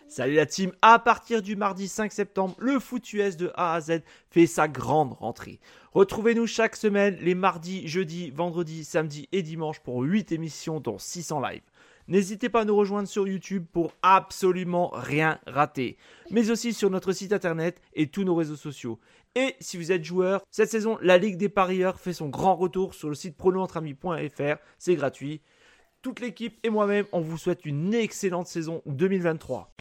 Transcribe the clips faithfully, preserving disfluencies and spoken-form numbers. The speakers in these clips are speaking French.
Salut la team, à partir du mardi cinq septembre, le foot U S de A à Z fait sa grande rentrée. Retrouvez-nous chaque semaine les mardis, jeudis, vendredis, samedis et dimanches pour huit émissions dont six en live. N'hésitez pas à nous rejoindre sur YouTube pour absolument rien rater, mais aussi sur notre site internet et tous nos réseaux sociaux. Et si vous êtes joueur, cette saison, la Ligue des parieurs fait son grand retour sur le site prono entre amis point f r, c'est gratuit. Toute l'équipe et moi-même, on vous souhaite une excellente saison deux mille vingt-trois.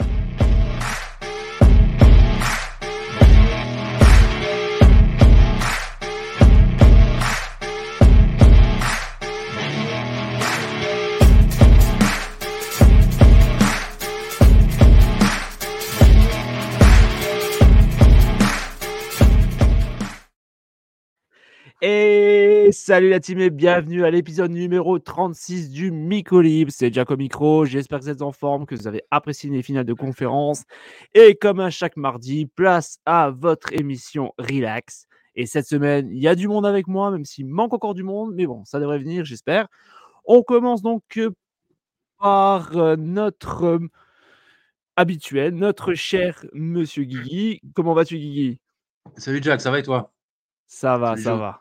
Et salut la team et bienvenue à l'épisode numéro trente-six du Micro Libre. C'est Jaco Micro, j'espère que vous êtes en forme, que vous avez apprécié les finales de conférence. Et comme à chaque mardi, place à votre émission Relax. Et cette semaine, il y a du monde avec moi, même s'il manque encore du monde, mais bon, ça devrait venir, j'espère. On commence donc par notre euh, habituel, notre cher Monsieur Guigui. Comment vas-tu, Guigui ? Salut Jack, ça va et toi ? Ça va, Salut ça Joe. va.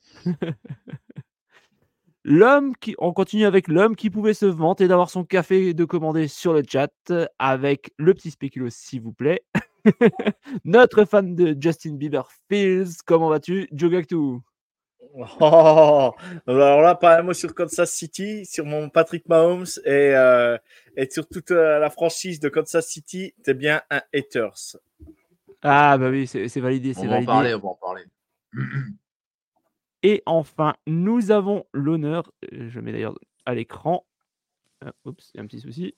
L'homme qui, on continue avec l'homme qui pouvait se vanter d'avoir son café de commander sur le chat avec le petit spéculo, s'il vous plaît. Notre fan de Justin Bieber, Fields. Comment vas-tu, Joe Gactou ? Oh, alors là, pas un mot sur Kansas City, sur mon Patrick Mahomes et, euh, et sur toute euh, la franchise de Kansas City, t'es bien un haters. Ah bah oui, c'est, c'est validé, c'est On va en validé. parler, on va en parler. Et enfin, nous avons l'honneur, euh, je mets d'ailleurs à l'écran, euh, oups, il y a un petit souci.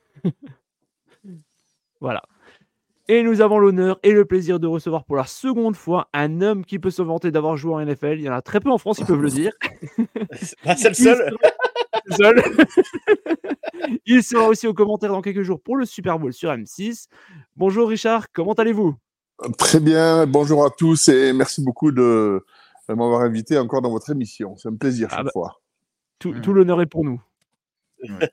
Voilà. Et nous avons l'honneur et le plaisir de recevoir pour la seconde fois un homme qui peut se vanter d'avoir joué en N F L. Il y en a très peu en France, ils peuvent le dire. Ah, c'est le seul. Il sera... seul. Il sera aussi aux commentaires dans quelques jours pour le Super Bowl sur M six. Bonjour Richard, comment allez-vous ? Très bien, bonjour à tous et merci beaucoup de m'avoir invité encore dans votre émission. C'est un plaisir chaque ah bah, fois. Tout, mmh. tout l'honneur est pour nous. Ouais.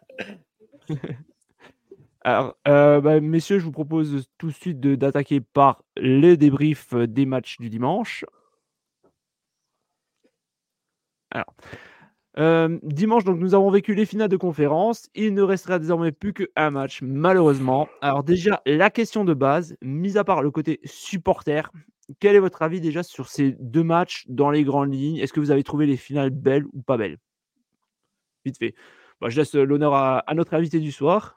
Alors, euh, bah, messieurs, je vous propose tout de suite de, d'attaquer par les débriefs des matchs du dimanche. Alors, euh, dimanche, donc, nous avons vécu les finales de conférence. Il ne restera désormais plus qu'un match, malheureusement. Alors déjà, la question de base, mis à part le côté supporter, quel est votre avis déjà sur ces deux matchs dans les grandes lignes ? Est-ce que vous avez trouvé les finales belles ou pas belles ? Vite fait. Bah, je laisse l'honneur à, à notre invité du soir.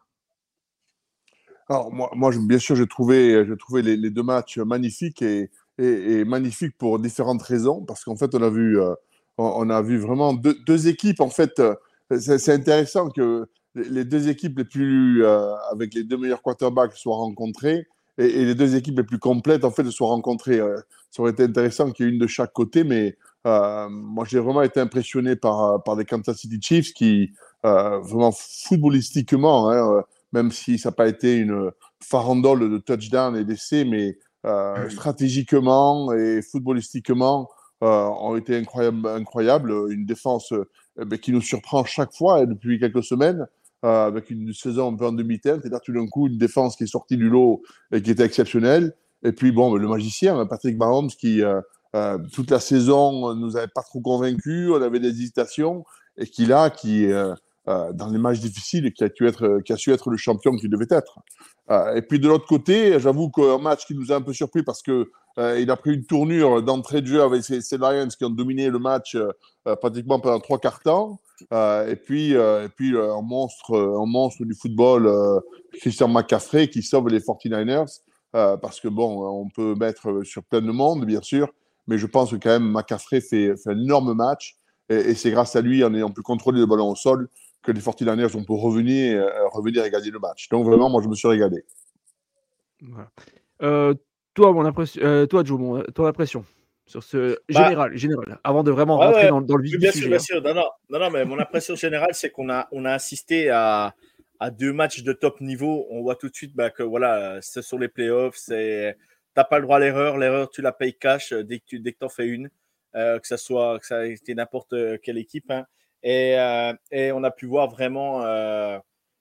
Alors, moi, moi bien sûr, j'ai trouvé, j'ai trouvé les, les deux matchs magnifiques et, et, et magnifiques pour différentes raisons. Parce qu'en fait, on a vu, euh, on, on a vu vraiment deux, deux équipes. En fait, euh, c'est, c'est intéressant que les deux équipes les plus, euh, avec les deux meilleurs quarterbacks soient rencontrées et, et les deux équipes les plus complètes, en fait, soient rencontrées. Euh, ça aurait été intéressant qu'il y ait une de chaque côté, mais euh, moi, j'ai vraiment été impressionné par, par les Kansas City Chiefs qui, euh, vraiment footballistiquement, hein, même si ça n'a pas été une farandole de touchdown et d'essais, mais euh, stratégiquement et footballistiquement, euh, ont été incroyables, incroyables. Une défense euh, ben, qui nous surprend chaque fois hein, depuis quelques semaines, euh, avec une saison un peu en demi-teinte, c'est-à-dire tout d'un coup une défense qui est sortie du lot et qui était exceptionnelle. Et puis, bon, le magicien, Patrick Mahomes, qui euh, euh, toute la saison nous avait pas trop convaincus, on avait des hésitations, et qui là, qui... Euh, Euh, dans les matchs difficiles, qui a, su être, qui a su être le champion qu'il devait être. Euh, et puis de l'autre côté, j'avoue qu'un match qui nous a un peu surpris parce qu'il euh, a pris une tournure d'entrée de jeu avec ces, ces Lions qui ont dominé le match euh, pratiquement pendant trois quarts temps. Euh, et puis, euh, et puis euh, un, monstre, un monstre du football, euh, Christian McCaffrey, qui sauve les forty-niners. Euh, parce que bon, on peut mettre sur plein de monde, bien sûr, mais je pense que quand même McCaffrey fait, fait un énorme match. Et, et c'est grâce à lui, en ayant pu contrôler le ballon au sol, que les forty-niners ont pu revenir, euh, revenir et gagner le match. Donc vraiment, moi, je me suis régalé. Voilà. Euh, toi, mon impression, euh, toi, Joe, mon, ton impression sur ce général, bah, général, avant de vraiment ouais, rentrer ouais. dans, dans le vif oui, bien du sûr, sujet. Bien hein. sûr, non, non, non, non, mais mon impression générale, c'est qu'on a, on a assisté à, à deux matchs de top niveau. On voit tout de suite bah, que voilà, c'est sur les playoffs, c'est, t'as pas le droit à l'erreur. L'erreur, tu la payes cash dès que tu, dès que t'en fais une, euh, que ça soit, que ça ait été n'importe quelle équipe. Hein. Et, euh, et on a pu voir vraiment. Euh,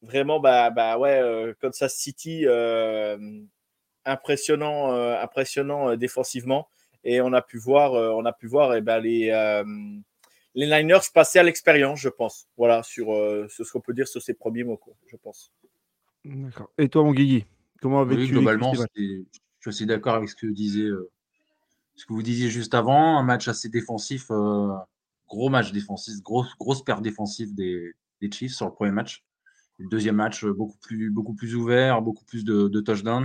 vraiment, bah, bah ouais, euh, Kansas City, euh, impressionnant, euh, impressionnant euh, défensivement. Et on a pu voir, euh, on a pu voir eh ben, les, euh, les Niners passer à l'expérience, je pense. Voilà, sur, euh, sur ce qu'on peut dire sur ces premiers mots, quoi, je pense. D'accord. Et toi, mon Guigui, comment Oui, avais-tu vécu globalement, ces matchs? c'était- je suis assez d'accord avec ce que disait, euh, ce que vous disiez juste avant. Un match assez défensif, euh, gros match défensif, grosse, grosse perte défensive des, des Chiefs sur le premier match. Le deuxième match, euh, beaucoup plus, beaucoup plus ouvert, beaucoup plus de, de touchdowns.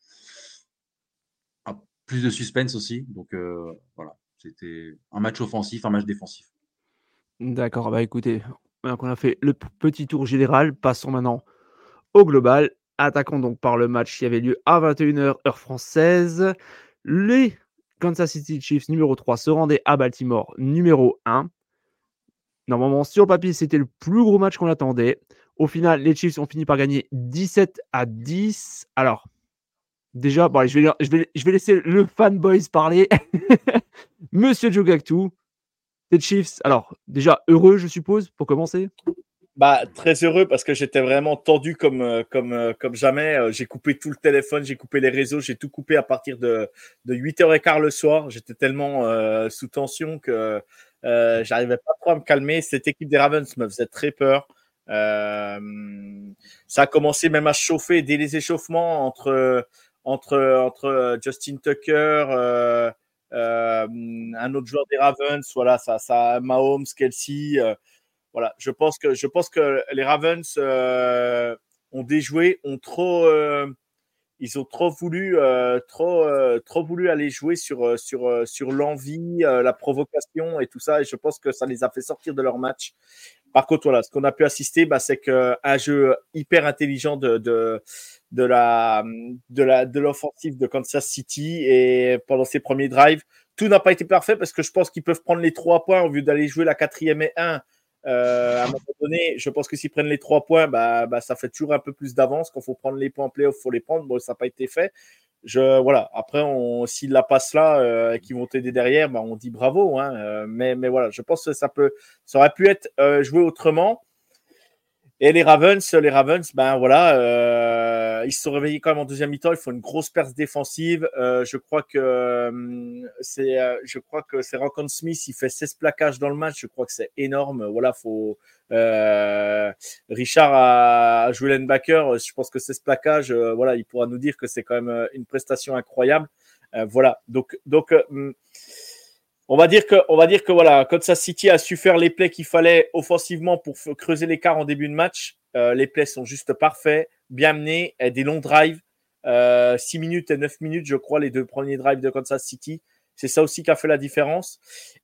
Ah, plus de suspense aussi. Donc euh, voilà, c'était un match offensif, un match défensif. D'accord, bah écoutez, maintenant qu'on a fait le p- petit tour général, passons maintenant au global. Attaquons donc par le match qui avait lieu à vingt et une heures heure française. Les Kansas City Chiefs numéro trois se rendaient à Baltimore numéro un. Normalement, sur le papier, c'était le plus gros match qu'on attendait. Au final, les Chiefs ont fini par gagner dix-sept à dix. Alors, déjà, bon, allez, je, vais, je, vais, je vais laisser le fanboys parler. Monsieur Joe Gactou, les Chiefs, alors, déjà, heureux, je suppose, pour commencer. Bah, très heureux parce que j'étais vraiment tendu comme, euh, comme, euh, comme jamais. Euh, J'ai coupé tout le téléphone, j'ai coupé les réseaux, j'ai tout coupé à partir de, de huit heures quinze le soir. J'étais tellement euh, sous tension que euh, j'arrivais pas trop à me calmer. Cette équipe des Ravens me faisait très peur. Euh, Ça a commencé même à se chauffer dès les échauffements entre, entre, entre Justin Tucker, euh, euh, un autre joueur des Ravens, voilà, ça, ça, Mahomes, Kelsey. Euh, voilà, je pense que, je pense que les Ravens euh, ont déjoué, ont trop, euh, ils ont trop voulu, euh, trop, euh, trop voulu aller jouer sur, sur, sur l'envie, euh, la provocation et tout ça. Et je pense que ça les a fait sortir de leur match. Par contre, voilà, ce qu'on a pu assister, bah, c'est qu'un jeu hyper intelligent de, de, de la, de la, de l'offensive de Kansas City et pendant ses premiers drives, tout n'a pas été parfait parce que je pense qu'ils peuvent prendre les trois points au lieu d'aller jouer la quatrième et un. Euh, à un moment donné, je pense que s'ils prennent les trois points, bah, bah, ça fait toujours un peu plus d'avance. Quand il faut prendre les points en playoff, il faut les prendre. Bon, ça n'a pas été fait. Je, voilà. Après, on, s'ils la passent là euh, et qu'ils vont t'aider derrière, bah, on dit bravo. Hein. Euh, mais, mais voilà, je pense que ça, peut, ça aurait pu être euh, joué autrement. Et les Ravens, les Ravens, ben voilà, euh, ils se sont réveillés quand même en deuxième mi-temps. Ils font une grosse perte défensive. Euh, je crois que euh, c'est, euh, je crois que c'est Roquan Smith. Il fait seize plaquages dans le match. Je crois que c'est énorme. Voilà, faut. Euh, Richard a, a joué linebacker. Je pense que seize plaquages. Euh, voilà, il pourra nous dire que c'est quand même une prestation incroyable. Euh, voilà. Donc, donc. Euh, On va dire que, on va dire que voilà, Kansas City a su faire les plays qu'il fallait offensivement pour f- creuser l'écart en début de match. Euh, les plays sont juste parfaits, bien menés, et des longs drives, euh, six minutes et neuf minutes, je crois, les deux premiers drives de Kansas City. C'est ça aussi qui a fait la différence.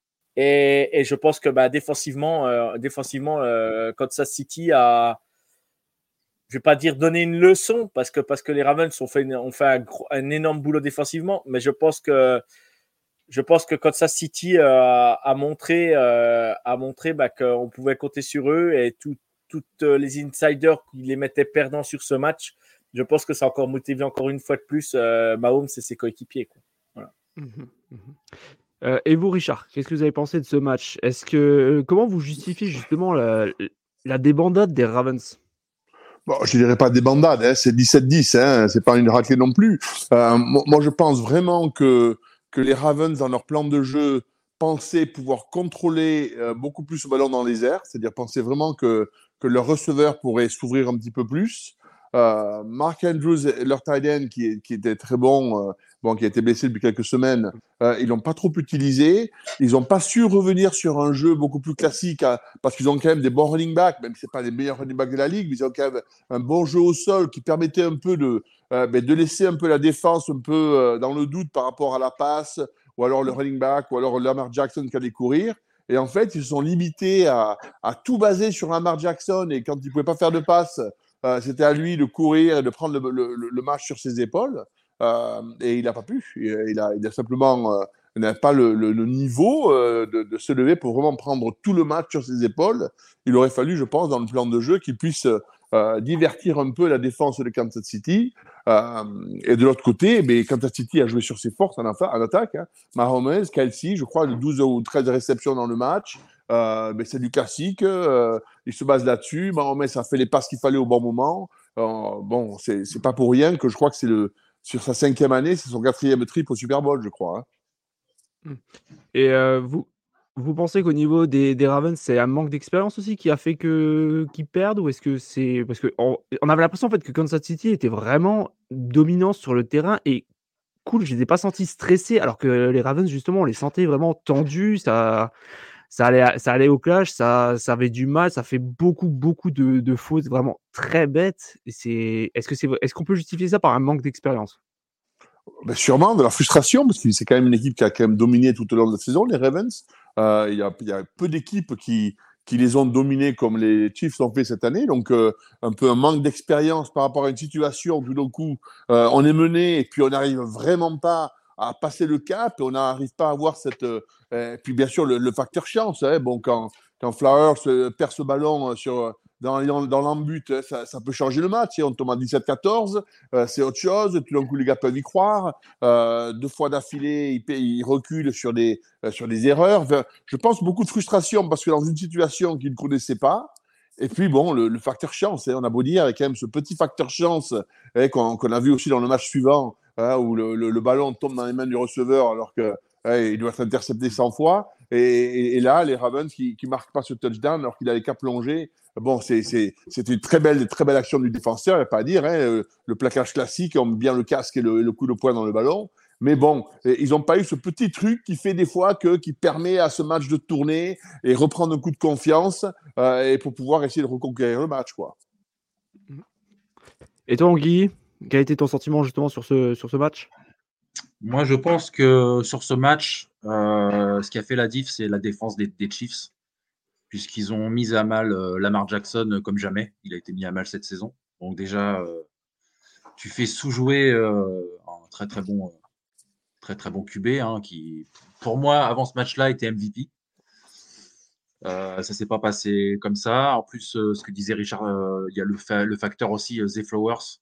Et, et je pense que bah, défensivement, euh, défensivement, euh, Kansas City a, je vais pas dire donner une leçon parce que parce que les Ravens ont fait, une, ont fait un, gros, un énorme boulot défensivement, mais je pense que je pense que Kansas City euh, a montré, euh, a montré bah, qu'on pouvait compter sur eux et toutes tout, euh, les insiders qui les mettaient perdants sur ce match. Je pense que ça a encore motivé encore une fois de plus euh, Mahomes et ses coéquipiers. Quoi. Voilà. Mmh mh. Euh, et vous, Richard, qu'est-ce que vous avez pensé de ce match? Est-ce que comment vous justifiez justement la, la débandade des Ravens? Bon, je dirais pas des bandades, hein, c'est dix-sept dix, hein, c'est pas une raclée non plus. Euh, moi, je pense vraiment que, que les Ravens, dans leur plan de jeu, pensaient pouvoir contrôler euh, beaucoup plus le ballon dans les airs, c'est-à-dire pensaient vraiment que, que leur receveur pourrait s'ouvrir un petit peu plus. Euh, Mark Andrews, leur tight end, qui, qui était très bon, euh, bon, qui a été blessé depuis quelques semaines, euh, ils l'ont pas trop utilisé. Ils n'ont pas su revenir sur un jeu beaucoup plus classique, hein, parce qu'ils ont quand même des bons running backs, même si ce pas les meilleurs running backs de la ligue, mais ils ont quand même un bon jeu au sol qui permettait un peu de, euh, ben, de laisser un peu la défense un peu euh, dans le doute par rapport à la passe, ou alors le running back, ou alors Lamar Jackson qui allait courir. Et en fait, ils se sont limités à, à tout baser sur Lamar Jackson, et quand ils ne pouvaient pas faire de passe, euh, c'était à lui de courir et de prendre le, le, le match sur ses épaules. Euh, et il n'a pas pu. Il, il, a, il a simplement euh, n'a pas le, le, le niveau euh, de, de se lever pour vraiment prendre tout le match sur ses épaules. Il aurait fallu, je pense, dans le plan de jeu, qu'il puisse euh, divertir un peu la défense de Kansas City. Euh, et de l'autre côté, mais Kansas City a joué sur ses forces en, en attaque. Hein. Mahomes, Kelsey, je crois, douze ou treize réceptions dans le match. Euh, mais c'est du classique. Euh, il se base là-dessus. Mahomes a fait les passes qu'il fallait au bon moment. Euh, bon, c'est, c'est pas pour rien que je crois que c'est le, sur sa cinquième année, c'est son quatrième trip au Super Bowl, je crois. Hein. Et euh, vous, vous pensez qu'au niveau des, des Ravens, c'est un manque d'expérience aussi qui a fait que qu'ils perdent, ou est-ce que c'est parce que on, on avait l'impression en fait que Kansas City était vraiment dominant sur le terrain et cool, je les ai pas sentis stressés, alors que les Ravens justement, on les sentait vraiment tendus, ça, ça allait, ça allait au clash, ça, ça avait du mal, ça fait beaucoup, beaucoup de, de fautes vraiment très bêtes. Et c'est, est-ce que c'est, est-ce qu'on peut justifier ça par un manque d'expérience? Ben sûrement de la frustration, parce que c'est quand même une équipe qui a quand même dominé tout au long de la saison, les Ravens. Euh, il, y a, il y a peu d'équipes qui, qui les ont dominés comme les Chiefs l'ont fait cette année. Donc, euh, un peu un manque d'expérience par rapport à une situation où tout d'un coup, euh, on est mené et puis on n'arrive vraiment pas à passer le cap et on n'arrive pas à avoir cette. Euh, et puis, bien sûr, le, le facteur chance. Hein, bon, quand, quand Flowers perd ce ballon sur, dans, dans l'embut, hein, ça, ça peut changer le match. Hein, on tombe à dix-sept quatorze, euh, c'est autre chose. Tout d'un coup, les gars peuvent y croire. Euh, deux fois d'affilée, ils, ils reculent sur des, euh, sur des erreurs. Enfin, je pense beaucoup de frustration parce que dans une situation qu'ils ne connaissaient pas, et puis bon, le, le facteur chance, hein, on a beau dire, avec quand même ce petit facteur chance hein, qu'on, qu'on a vu aussi dans le match suivant, hein, où le, le, le ballon tombe dans les mains du receveur alors que hein, il doit être intercepté cent fois. Et, et, et là, les Ravens qui ne marquent pas ce touchdown alors qu'il avait qu'à plonger. Bon, c'est, c'est, c'est une très belle, très belle action du défenseur, il n'y a pas à dire. Hein, le plaquage classique, on met bien le casque et le, le coup de poing dans le ballon. Mais bon, ils n'ont pas eu ce petit truc qui fait des fois que, qui permet à ce match de tourner et reprendre un coup de confiance euh, et pour pouvoir essayer de reconquérir le match, quoi. Et toi, Guy, quel a été ton sentiment justement sur ce, sur ce match? Moi, je pense que sur ce match, euh, ce qui a fait la diff, c'est la défense des, des Chiefs, puisqu'ils ont mis à mal euh, Lamar Jackson comme jamais. Il a été mis à mal cette saison. Donc déjà, euh, tu fais sous-jouer euh, un très très bon, euh, très très bon Q B, hein, qui, pour moi, avant ce match-là, était M V P. Euh, ça s'est pas passé comme ça. En plus, euh, ce que disait Richard, euh, il y a le, fa- le facteur aussi euh, Zay Flowers.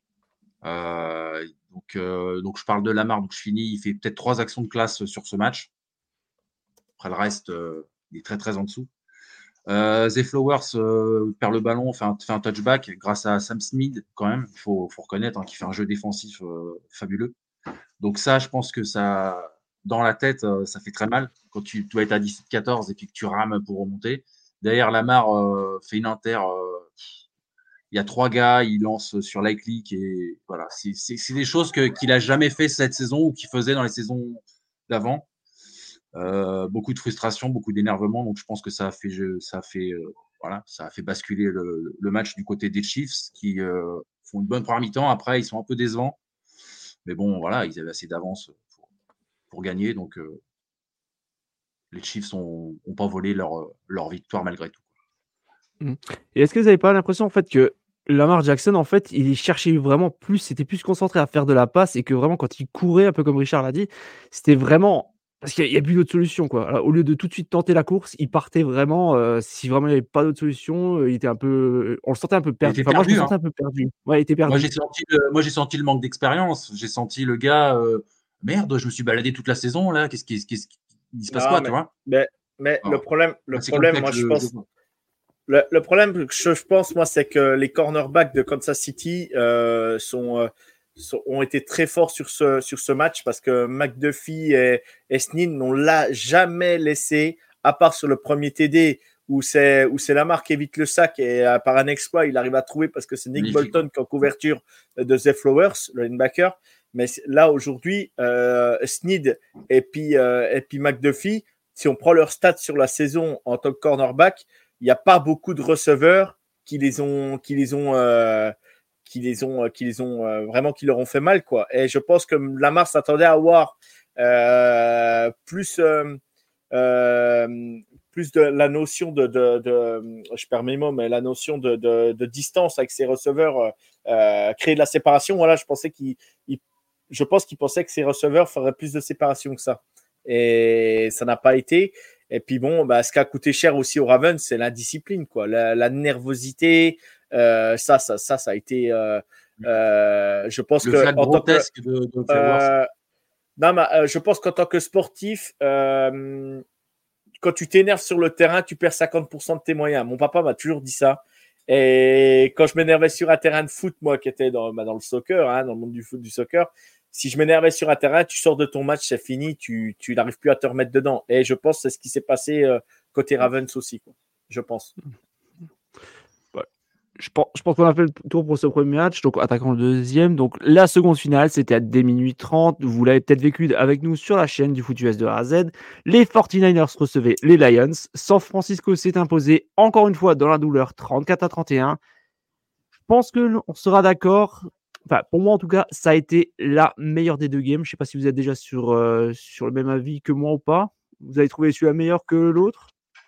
Euh, donc, euh, donc, je parle de Lamar, donc je finis. Il fait peut-être trois actions de classe sur ce match. Après le reste, euh, il est très très en dessous. Euh, Zay Flowers euh, perd le ballon, fait un, fait un touchback grâce à Sam Snead, quand même. Il faut, faut reconnaître hein, qu'il fait un jeu défensif euh, fabuleux. Donc, ça, je pense que ça, dans la tête, euh, ça fait très mal quand tu dois être à dix-sept quatorze et puis que tu rames pour remonter. Derrière, Lamar euh, fait une inter. Euh, il y a trois gars, il lance sur Likely et voilà. C'est, c'est, c'est des choses que, qu'il a jamais fait cette saison ou qu'il faisait dans les saisons d'avant. Euh, beaucoup de frustration, beaucoup d'énervement. Donc, je pense que ça a fait, ça a fait, euh, voilà, ça a fait basculer le, le match du côté des Chiefs qui euh, font une bonne première mi-temps. Après, ils sont un peu décevants. Mais bon, voilà, ils avaient assez d'avance pour, pour gagner. Donc, euh, les Chiefs n'ont pas volé leur, leur victoire malgré tout. Mmh. Et est-ce que vous n'avez pas l'impression en fait que Lamar Jackson, en fait, il cherchait vraiment plus, c'était plus concentré à faire de la passe et que vraiment quand il courait, un peu comme Richard l'a dit, c'était vraiment parce qu'il n'y a, a plus d'autre solution, quoi. Alors, au lieu de tout de suite tenter la course, il partait vraiment. Euh, si vraiment il n'y avait pas d'autre solution, euh, il était un peu, on le sentait un peu Il perdu. était Enfin, moi, je me perdu. sentais Hein. un peu perdu. Ouais, il était Moi, perdu. j'ai senti le, moi, j'ai senti le manque d'expérience. J'ai senti le gars, euh, merde, je me suis baladé toute la saison, là. Qu'est-ce qui, qu'est-ce qui, il se passe Non, quoi, tu mais, vois? mais, mais le Alors, problème, le moi, c'est comme problème, ça que moi, je, je je pense, vois. le, le problème que je, je pense, moi, c'est que les cornerbacks de Kansas City euh, sont, euh, sont, ont été très forts sur ce, sur ce match parce que McDuffie et, et Snead n'ont là jamais laissé, à part sur le premier T D où c'est, où c'est Lamar qui évite le sac et euh, par un exploit, il arrive à trouver parce que c'est Nick Magnifique. Bolton qui est en couverture de Zay Flowers, le linebacker. Mais là, aujourd'hui, euh, Snead et puis, euh, et puis McDuffie, si on prend leurs stats sur la saison en tant que cornerback, il n'y a pas beaucoup de receveurs qui les ont, qui les ont, euh, qui les ont, qui les ont euh, vraiment, qui leur ont fait mal, quoi. Et je pense que Lamar s'attendait à avoir euh, plus, euh, euh, plus de la notion de, de, de, je perds mes mots, mais la notion de, de, de distance avec ses receveurs, euh, créer de la séparation. Voilà, je pensais qu'il, il, je pense qu'il pensait que ses receveurs feraient plus de séparation que ça. Et ça n'a pas été. Et puis bon, bah, ce qui a coûté cher aussi aux Ravens, c'est l'indiscipline, quoi, la, la nervosité. Euh, ça, ça, ça, ça a été. Euh, euh, je pense Le que flag en tant que grotesque de, de Flowers. euh, non, mais, euh, je pense qu'en tant que sportif, euh, quand tu t'énerves sur le terrain, tu perds cinquante pour cent de tes moyens. Mon papa m'a toujours dit ça. Et quand je m'énervais sur un terrain de foot, moi qui étais dans, bah, dans le soccer, hein, dans le monde du foot, du soccer, si je m'énervais sur un terrain, tu sors de ton match, c'est fini, tu, tu n'arrives plus à te remettre dedans. Et je pense que c'est ce qui s'est passé euh, côté Ravens aussi, quoi. Je pense. Je pense, je pense qu'on a fait le tour pour ce premier match, donc attaquant le deuxième. Donc la seconde finale, c'était à dès minuit trente. Vous l'avez peut-être vécu avec nous sur la chaîne du Foot U S de A à Z. Les forty-niners recevaient les Lions. San Francisco s'est imposé encore une fois dans la douleur trente-quatre à trente et un. Je pense qu'on sera d'accord. Enfin, pour moi en tout cas, ça a été la meilleure des deux games. Je ne sais pas si vous êtes déjà sur, euh, sur le même avis que moi ou pas. Vous avez trouvé celui-là meilleur que l'autre?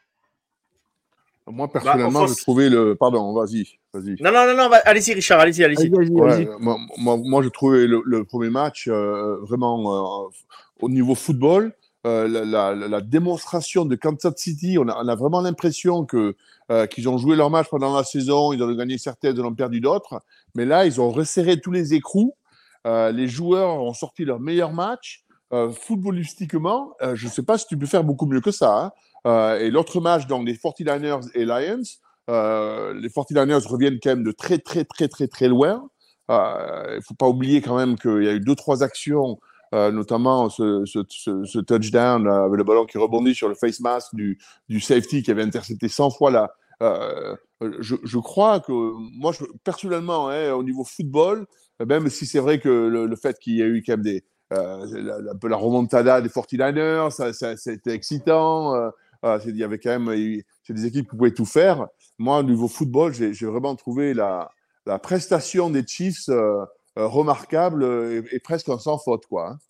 Moi, personnellement, bah, j'ai trouvé le. Pardon, vas-y. vas-y. Non, non, non, non, allez-y, Richard, allez-y, allez-y. Allez-y, allez-y, Ouais, allez-y. moi, moi, moi, j'ai trouvé le, le premier match euh, vraiment euh, au niveau football. Euh, la, la, la démonstration de Kansas City, on a, on a vraiment l'impression que, euh, qu'ils ont joué leur match pendant la saison, ils ont gagné certains, ils en ont perdu d'autres. Mais là, ils ont resserré tous les écrous. Euh, les joueurs ont sorti leur meilleur match. Euh, footballistiquement, euh, je ne sais pas si tu peux faire beaucoup mieux que ça. Hein. Euh, et l'autre match, donc les forty-niners et Lions, euh, les forty-niners reviennent quand même de très, très, très, très, très loin. Il euh, ne faut pas oublier quand même qu'il y a eu deux, trois actions, euh, notamment ce, ce, ce, ce touchdown euh, avec le ballon qui rebondit sur le face mask du, du safety qui avait intercepté cent fois là. Euh, je, je crois que moi, je, personnellement, hein, au niveau football, même si c'est vrai que le, le fait qu'il y a eu quand même des, euh, la, la, la remontada des forty-niners, ça, ça, c'était excitant. Euh, euh, il y avait quand même, c'est des équipes qui pouvaient tout faire. Moi, au niveau football, j'ai, j'ai vraiment trouvé la, la prestation des Chiefs euh, euh, remarquable et, et presque sans faute, quoi. Hein.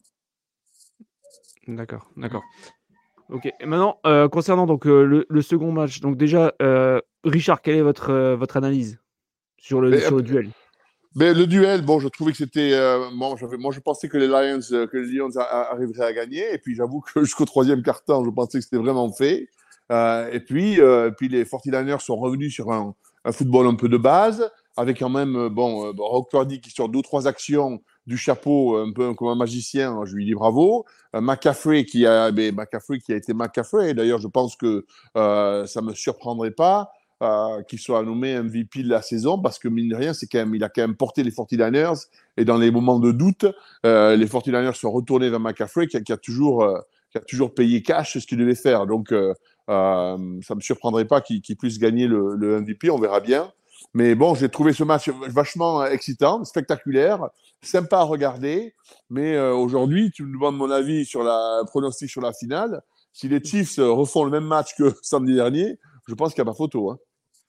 D'accord, d'accord. Ok. Et maintenant, euh, concernant donc euh, le, le second match, donc déjà, euh, Richard, quelle est votre euh, votre analyse sur le mais, sur le duel? Mais le duel, bon, je trouvais que c'était. Euh, bon, moi, je pensais que les Lions, euh, que les Lions a, a, arriveraient à gagner. Et puis, j'avoue que jusqu'au troisième quart-temps, je pensais que c'était vraiment fait. Euh, et puis, euh, puis, les forty-niners sont revenus sur un, un football un peu de base, avec quand même, euh, bon, euh, bon Rock Purdy qui sort deux ou trois actions du chapeau, un peu comme un magicien. Je lui dis bravo. Euh, McCaffrey qui a, ben, McCaffrey qui a été McCaffrey. D'ailleurs, je pense que euh, ça me surprendrait pas. Euh, qu'il soit nommé M V P de la saison parce que mine de rien, c'est quand même, il a quand même porté les forty-niners et dans les moments de doute, euh, les forty-niners sont retournés vers McCaffrey qui a, qui a toujours, euh, qui a toujours payé cash ce qu'il devait faire. Donc, euh, euh, ça ne me surprendrait pas qu'il, qu'il puisse gagner le, le M V P, on verra bien. Mais bon, j'ai trouvé ce match vachement excitant, spectaculaire, sympa à regarder. Mais euh, aujourd'hui, tu me demandes mon avis sur la pronostic sur la finale. Si les Chiefs refont le même match que samedi dernier, je pense qu'il n'y a pas photo. Hein.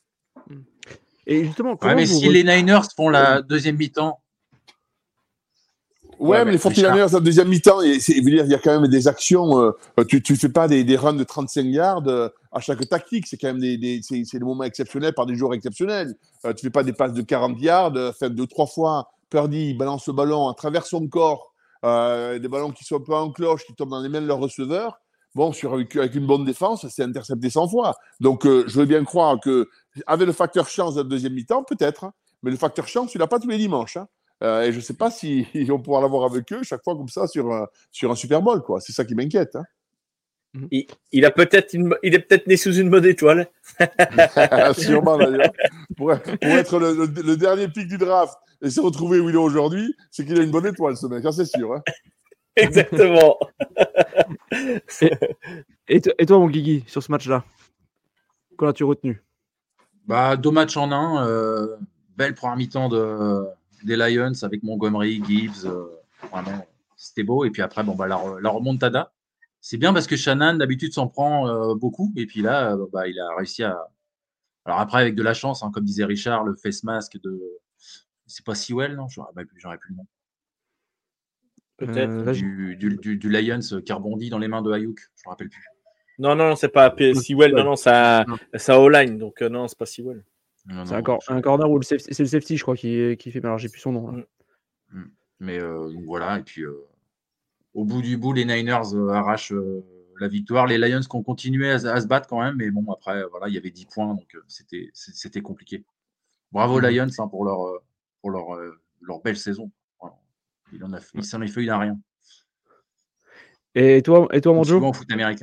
Et justement, ouais, comment mais vous si re... les Niners font la deuxième mi-temps. Ouais, ouais, mais les forty-niners, la deuxième mi-temps, et c'est, il y a quand même des actions. Euh, tu ne fais pas des, des runs de trente-cinq yards euh, à chaque tactique. C'est quand même des, des, c'est, c'est des moments exceptionnels par des joueurs exceptionnels. Euh, tu ne fais pas des passes de quarante yards. Euh, fait deux, trois fois, Purdy balance le ballon à travers son corps. Euh, des ballons qui sont un peu en cloche, qui tombent dans les mains de leur receveur. Bon, sur, avec une bonne défense, c'est intercepté cent fois. Donc, euh, je veux bien croire que, avec le facteur chance de la deuxième mi-temps, peut-être. Hein, mais le facteur chance, tu ne l'as pas tous les dimanches. Hein. Euh, et je ne sais pas s'ils si vont pouvoir l'avoir avec eux chaque fois comme ça sur un, sur un Super Bowl. Quoi. C'est ça qui m'inquiète. Hein. Il, il, a peut-être une, il est peut-être né sous une bonne étoile. Sûrement d'ailleurs. Pour, pour être le, le, le dernier pic du draft et se retrouver où il est aujourd'hui, c'est qu'il a une bonne étoile, ce mec, ça c'est sûr. Hein. Exactement. et, et, t- et toi, mon Guigui, sur ce match-là, qu'en as-tu retenu? Bah, deux matchs en un. Euh, belle première mi-temps de, des Lions avec Montgomery, Gibbs. Euh, vraiment, c'était beau. Et puis après, bon, bah, la, la remontada. C'est bien parce que Shannon, d'habitude, s'en prend euh, beaucoup. Et puis là, euh, bah, il a réussi à. Alors après, avec de la chance, hein, comme disait Richard, le face mask de. C'est pas Sewell, non? J'aurais, j'aurais plus le nom. Peut-être. Euh, là, je- Du, du, du, du Lions qui rebondit dans les mains de Ayuk. Je me rappelle plus. Non, non, c'est pas P- Sewell. Non, non, ça, Non. ça O-line. Donc, euh, non, c'est pas Sewell. Non, c'est non, un, cor- je- un corner où le safety, c'est le safety, je crois, qui, qui fait. Mais alors, j'ai plus son nom. Là. Mm. Mais euh, donc voilà. Et puis, euh, au bout du bout, les Niners euh, arrachent euh, la victoire. Les Lions qui ont continué à, à se battre quand même. Mais bon, après, voilà, il y avait dix points. Donc, euh, c'était, c'était compliqué. Bravo Mhm. Lions hein, pour leur, euh, pour leur, euh, leur belle saison. Voilà. Il en a, il s'en est fait une à rien. Et toi, et toi, Comme Manjo? souvent au foot américain d'ailleurs.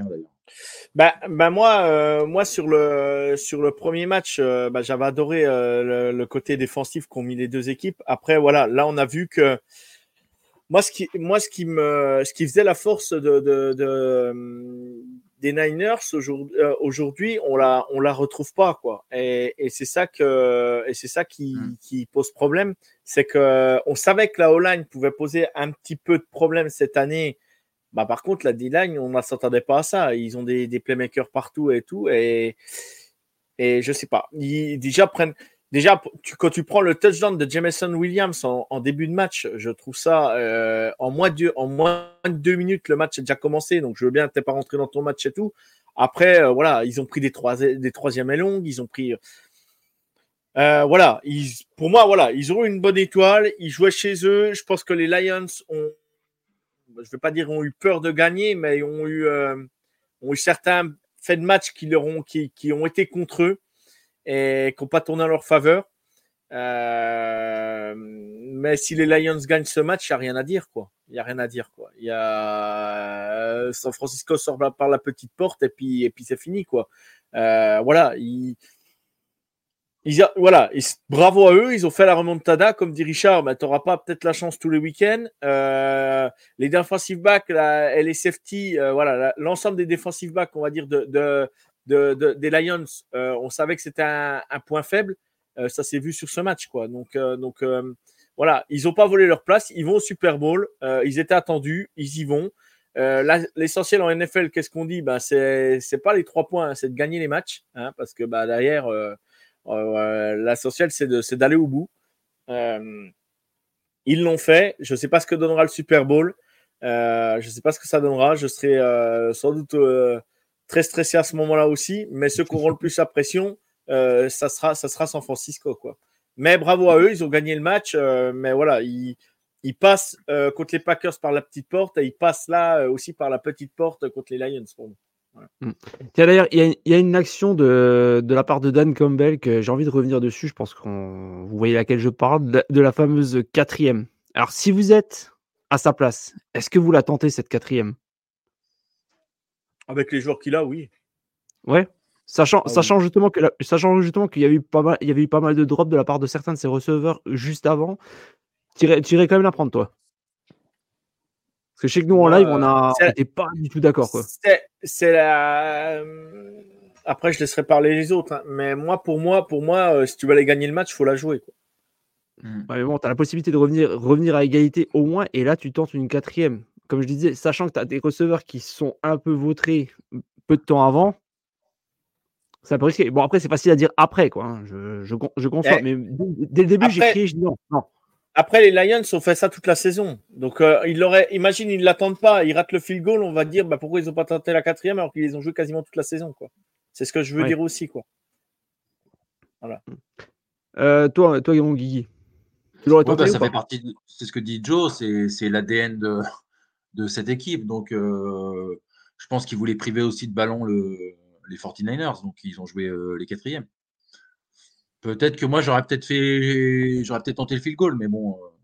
Bah, bah moi, euh, moi sur le sur le premier match, euh, bah, j'avais adoré euh, le, le côté défensif qu'ont mis les deux équipes. Après, voilà, là on a vu que moi ce qui moi ce qui me ce qui faisait la force de, de, de des Niners aujourd'hui, euh, aujourd'hui, on la on la retrouve pas quoi. Et, et c'est ça que et c'est ça qui Mm. qui pose problème, c'est que on savait que la O-line pouvait poser un petit peu de problème cette année. Bah, par contre, la D-line, on ne s'attendait pas à ça. Ils ont des, des playmakers partout et tout. Et, et je sais pas. Ils déjà prennent. Déjà, tu, quand tu prends le touchdown de Jameson Williams en, en début de match, je trouve ça euh, en, moins de, en moins de deux minutes, le match a déjà commencé. Donc, je veux bien, t'es pas rentré dans ton match et tout. Après, euh, voilà, ils ont pris des, trois, des troisièmes et longues. Ils ont pris. Euh, voilà, ils, pour moi, voilà, ils ont une bonne étoile. Ils jouaient chez eux. Je pense que les Lions ont. Je ne vais pas dire ont eu peur de gagner, mais ont eu, euh, ont eu certains faits de match qui, leur ont, qui, qui ont été contre eux et qui n'ont pas tourné en leur faveur. Euh, mais si les Lions gagnent ce match, il n'y a rien à dire, quoi. Il n'y a rien à dire, quoi. Il y a San Francisco sort par la petite porte et puis, et puis c'est fini, quoi. Euh, voilà, ils, ils, voilà, ils, bravo à eux, ils ont fait la remontada, comme dit Richard, mais tu n'auras pas peut-être la chance tous les week-ends. Euh, les defensive backs la, et les safety, euh, voilà, la, l'ensemble des defensive backs, on va dire, de, de, de, de des Lions, euh, on savait que c'était un, un point faible. Euh, ça s'est vu sur ce match, quoi. Donc, euh, donc euh, voilà, ils n'ont pas volé leur place, ils vont au Super Bowl, euh, ils étaient attendus, ils y vont. Euh, là, l'essentiel en N F L, qu'est-ce qu'on dit? Ben, c'est, c'est pas les trois points, hein, c'est de gagner les matchs, hein, parce que bah, derrière, euh, euh, l'essentiel, c'est, de, c'est d'aller au bout. Euh, ils l'ont fait. Je ne sais pas ce que donnera le Super Bowl. Euh, je ne sais pas ce que ça donnera. Je serai euh, sans doute euh, très stressé à ce moment-là aussi. Mais ceux qui auront le plus la pression, euh, ça, sera, ça sera San Francisco, quoi. Mais bravo à eux, ils ont gagné le match. Euh, mais voilà, ils, ils passent euh, contre les Packers par la petite porte et ils passent là euh, aussi par la petite porte contre les Lions pour nous. Voilà. Tiens, d'ailleurs, il y, y a une action de, de la part de Dan Campbell que j'ai envie de revenir dessus. Je pense que vous voyez laquelle je parle, de, de la fameuse quatrième. Alors, si vous êtes à sa place, est-ce que vous la tentez, cette quatrième? Avec les joueurs qu'il a, oui. Ouais. Sachant, Ah, sachant oui. justement que la, sachant justement qu'il y a eu pas mal, il y avait eu pas mal de drops de la part de certains de ses receveurs juste avant, tu irais quand même la prendre, toi? Parce que je sais que nous, en Moi, live, on n'était c'est... pas du tout d'accord, quoi. C'est, c'est la... Après, je laisserai parler les autres. Hein. Mais moi, pour moi, pour moi, euh, si tu veux aller gagner le match, il faut la jouer. Quoi. Mm. Ouais, mais bon, tu as la possibilité de revenir, revenir à égalité au moins, et là, tu tentes une quatrième. Comme je disais, sachant que tu as des receveurs qui sont un peu vautrés peu de temps avant, c'est un peu risqué. Bon, après, c'est facile à dire après, quoi. Hein. Je, je, je conçois. Eh, mais dès, dès le début, après, j'ai crié, je dis non, non. Après, les Lions ont fait ça toute la saison. Donc, euh, ils l'auraient, imagine, ils ne l'attendent pas, ils ratent le field goal, on va dire bah, pourquoi ils n'ont pas tenté la quatrième alors qu'ils les ont joué quasiment toute la saison. Quoi. C'est ce que je veux ouais. dire aussi. Quoi. Voilà. Euh, toi, toi, Guigui, tu l'aurais tenté ouais, bah, ça fait partie de, c'est ce que dit Joe, c'est, c'est l'A D N de, de cette équipe. Donc, euh, je pense qu'ils voulaient priver aussi de ballon le, les forty-niners. Donc, ils ont joué euh, les quatrièmes. Peut-être que moi, j'aurais peut-être fait, j'aurais peut-être tenté le field goal, mais bon, euh,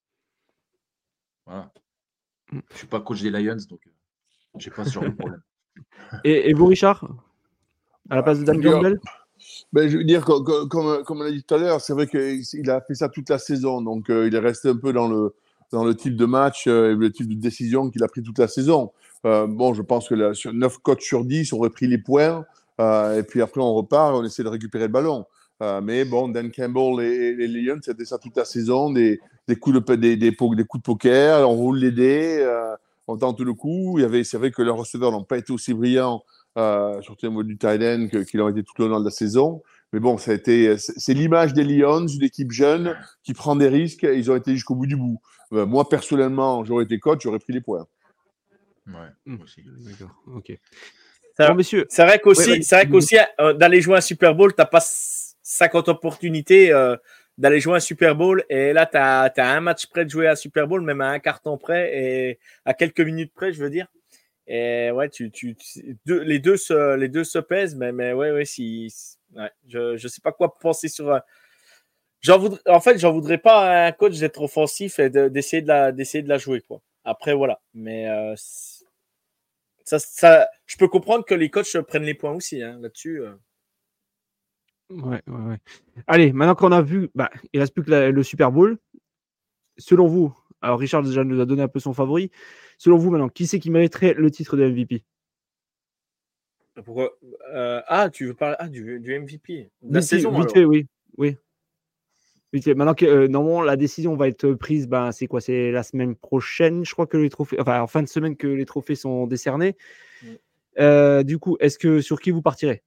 voilà. Je ne suis pas coach des Lions, donc euh, je n'ai pas ce genre de problème. Et, et vous, Richard, à la place de Dan Campbell? Ben, je veux dire, comme, comme, comme on a dit tout à l'heure, c'est vrai qu'il a fait ça toute la saison, donc euh, il est resté un peu dans le, dans le type de match euh, et le type de décision qu'il a pris toute la saison. Euh, bon, je pense que là, sur neuf coachs sur dix, on aurait pris les points, euh, et puis après on repart et on essaie de récupérer le ballon. Euh, mais bon, Dan Campbell et, et les Lions, c'était ça toute la saison, des, des, coups de, des, des, des coups de poker, on roule les dés, euh, on tente le coup. Il y avait, c'est vrai que leurs receveurs n'ont pas été aussi brillants, euh, surtout au niveau du tight end, qu'ils l'ont été tout au long de la saison. Mais bon, ça a été, c'est, c'est l'image des Lions, une équipe jeune qui prend des risques, et ils ont été jusqu'au bout du bout. Euh, moi, personnellement, j'aurais été coach, j'aurais pris les points. Ouais, moi aussi. D'accord, ok. C'est, bon, messieurs. C'est vrai qu'aussi, ouais, c'est vrai qu'aussi euh, d'aller jouer un Super Bowl, tu n'as pas cinquante opportunités euh, d'aller jouer un Super Bowl. Et là, tu as un match près de jouer un Super Bowl, même à un carton près et à quelques minutes près, je veux dire. Et ouais, tu, tu, tu deux, les, deux se, les deux se pèsent, mais, mais ouais, ouais, si, ouais, je ne sais pas quoi penser sur. Euh, j'en voudrais, en fait, j'en voudrais pas à un coach d'être offensif et de, d'essayer, de la, d'essayer de la jouer. Quoi. Après, voilà. Mais. Euh, ça, ça, je peux comprendre que les coachs prennent les points aussi hein, là-dessus. Euh. Ouais, ouais, ouais. Allez, maintenant qu'on a vu, bah, il reste plus que la, le Super Bowl. Selon vous, alors Richard déjà nous a donné un peu son favori. Selon vous, maintenant, qui c'est qui mériterait le titre de M V P? Pourquoi euh, Ah, tu veux parler ah, du, du M V P de la vite, saison vite alors. fait, oui, oui. Vite fait. Maintenant que euh, normalement la décision va être prise, ben c'est quoi? C'est la semaine prochaine, je crois que les trophées, enfin en fin de semaine que les trophées sont décernés. Mm. Euh, du coup, est-ce que sur qui vous partirez?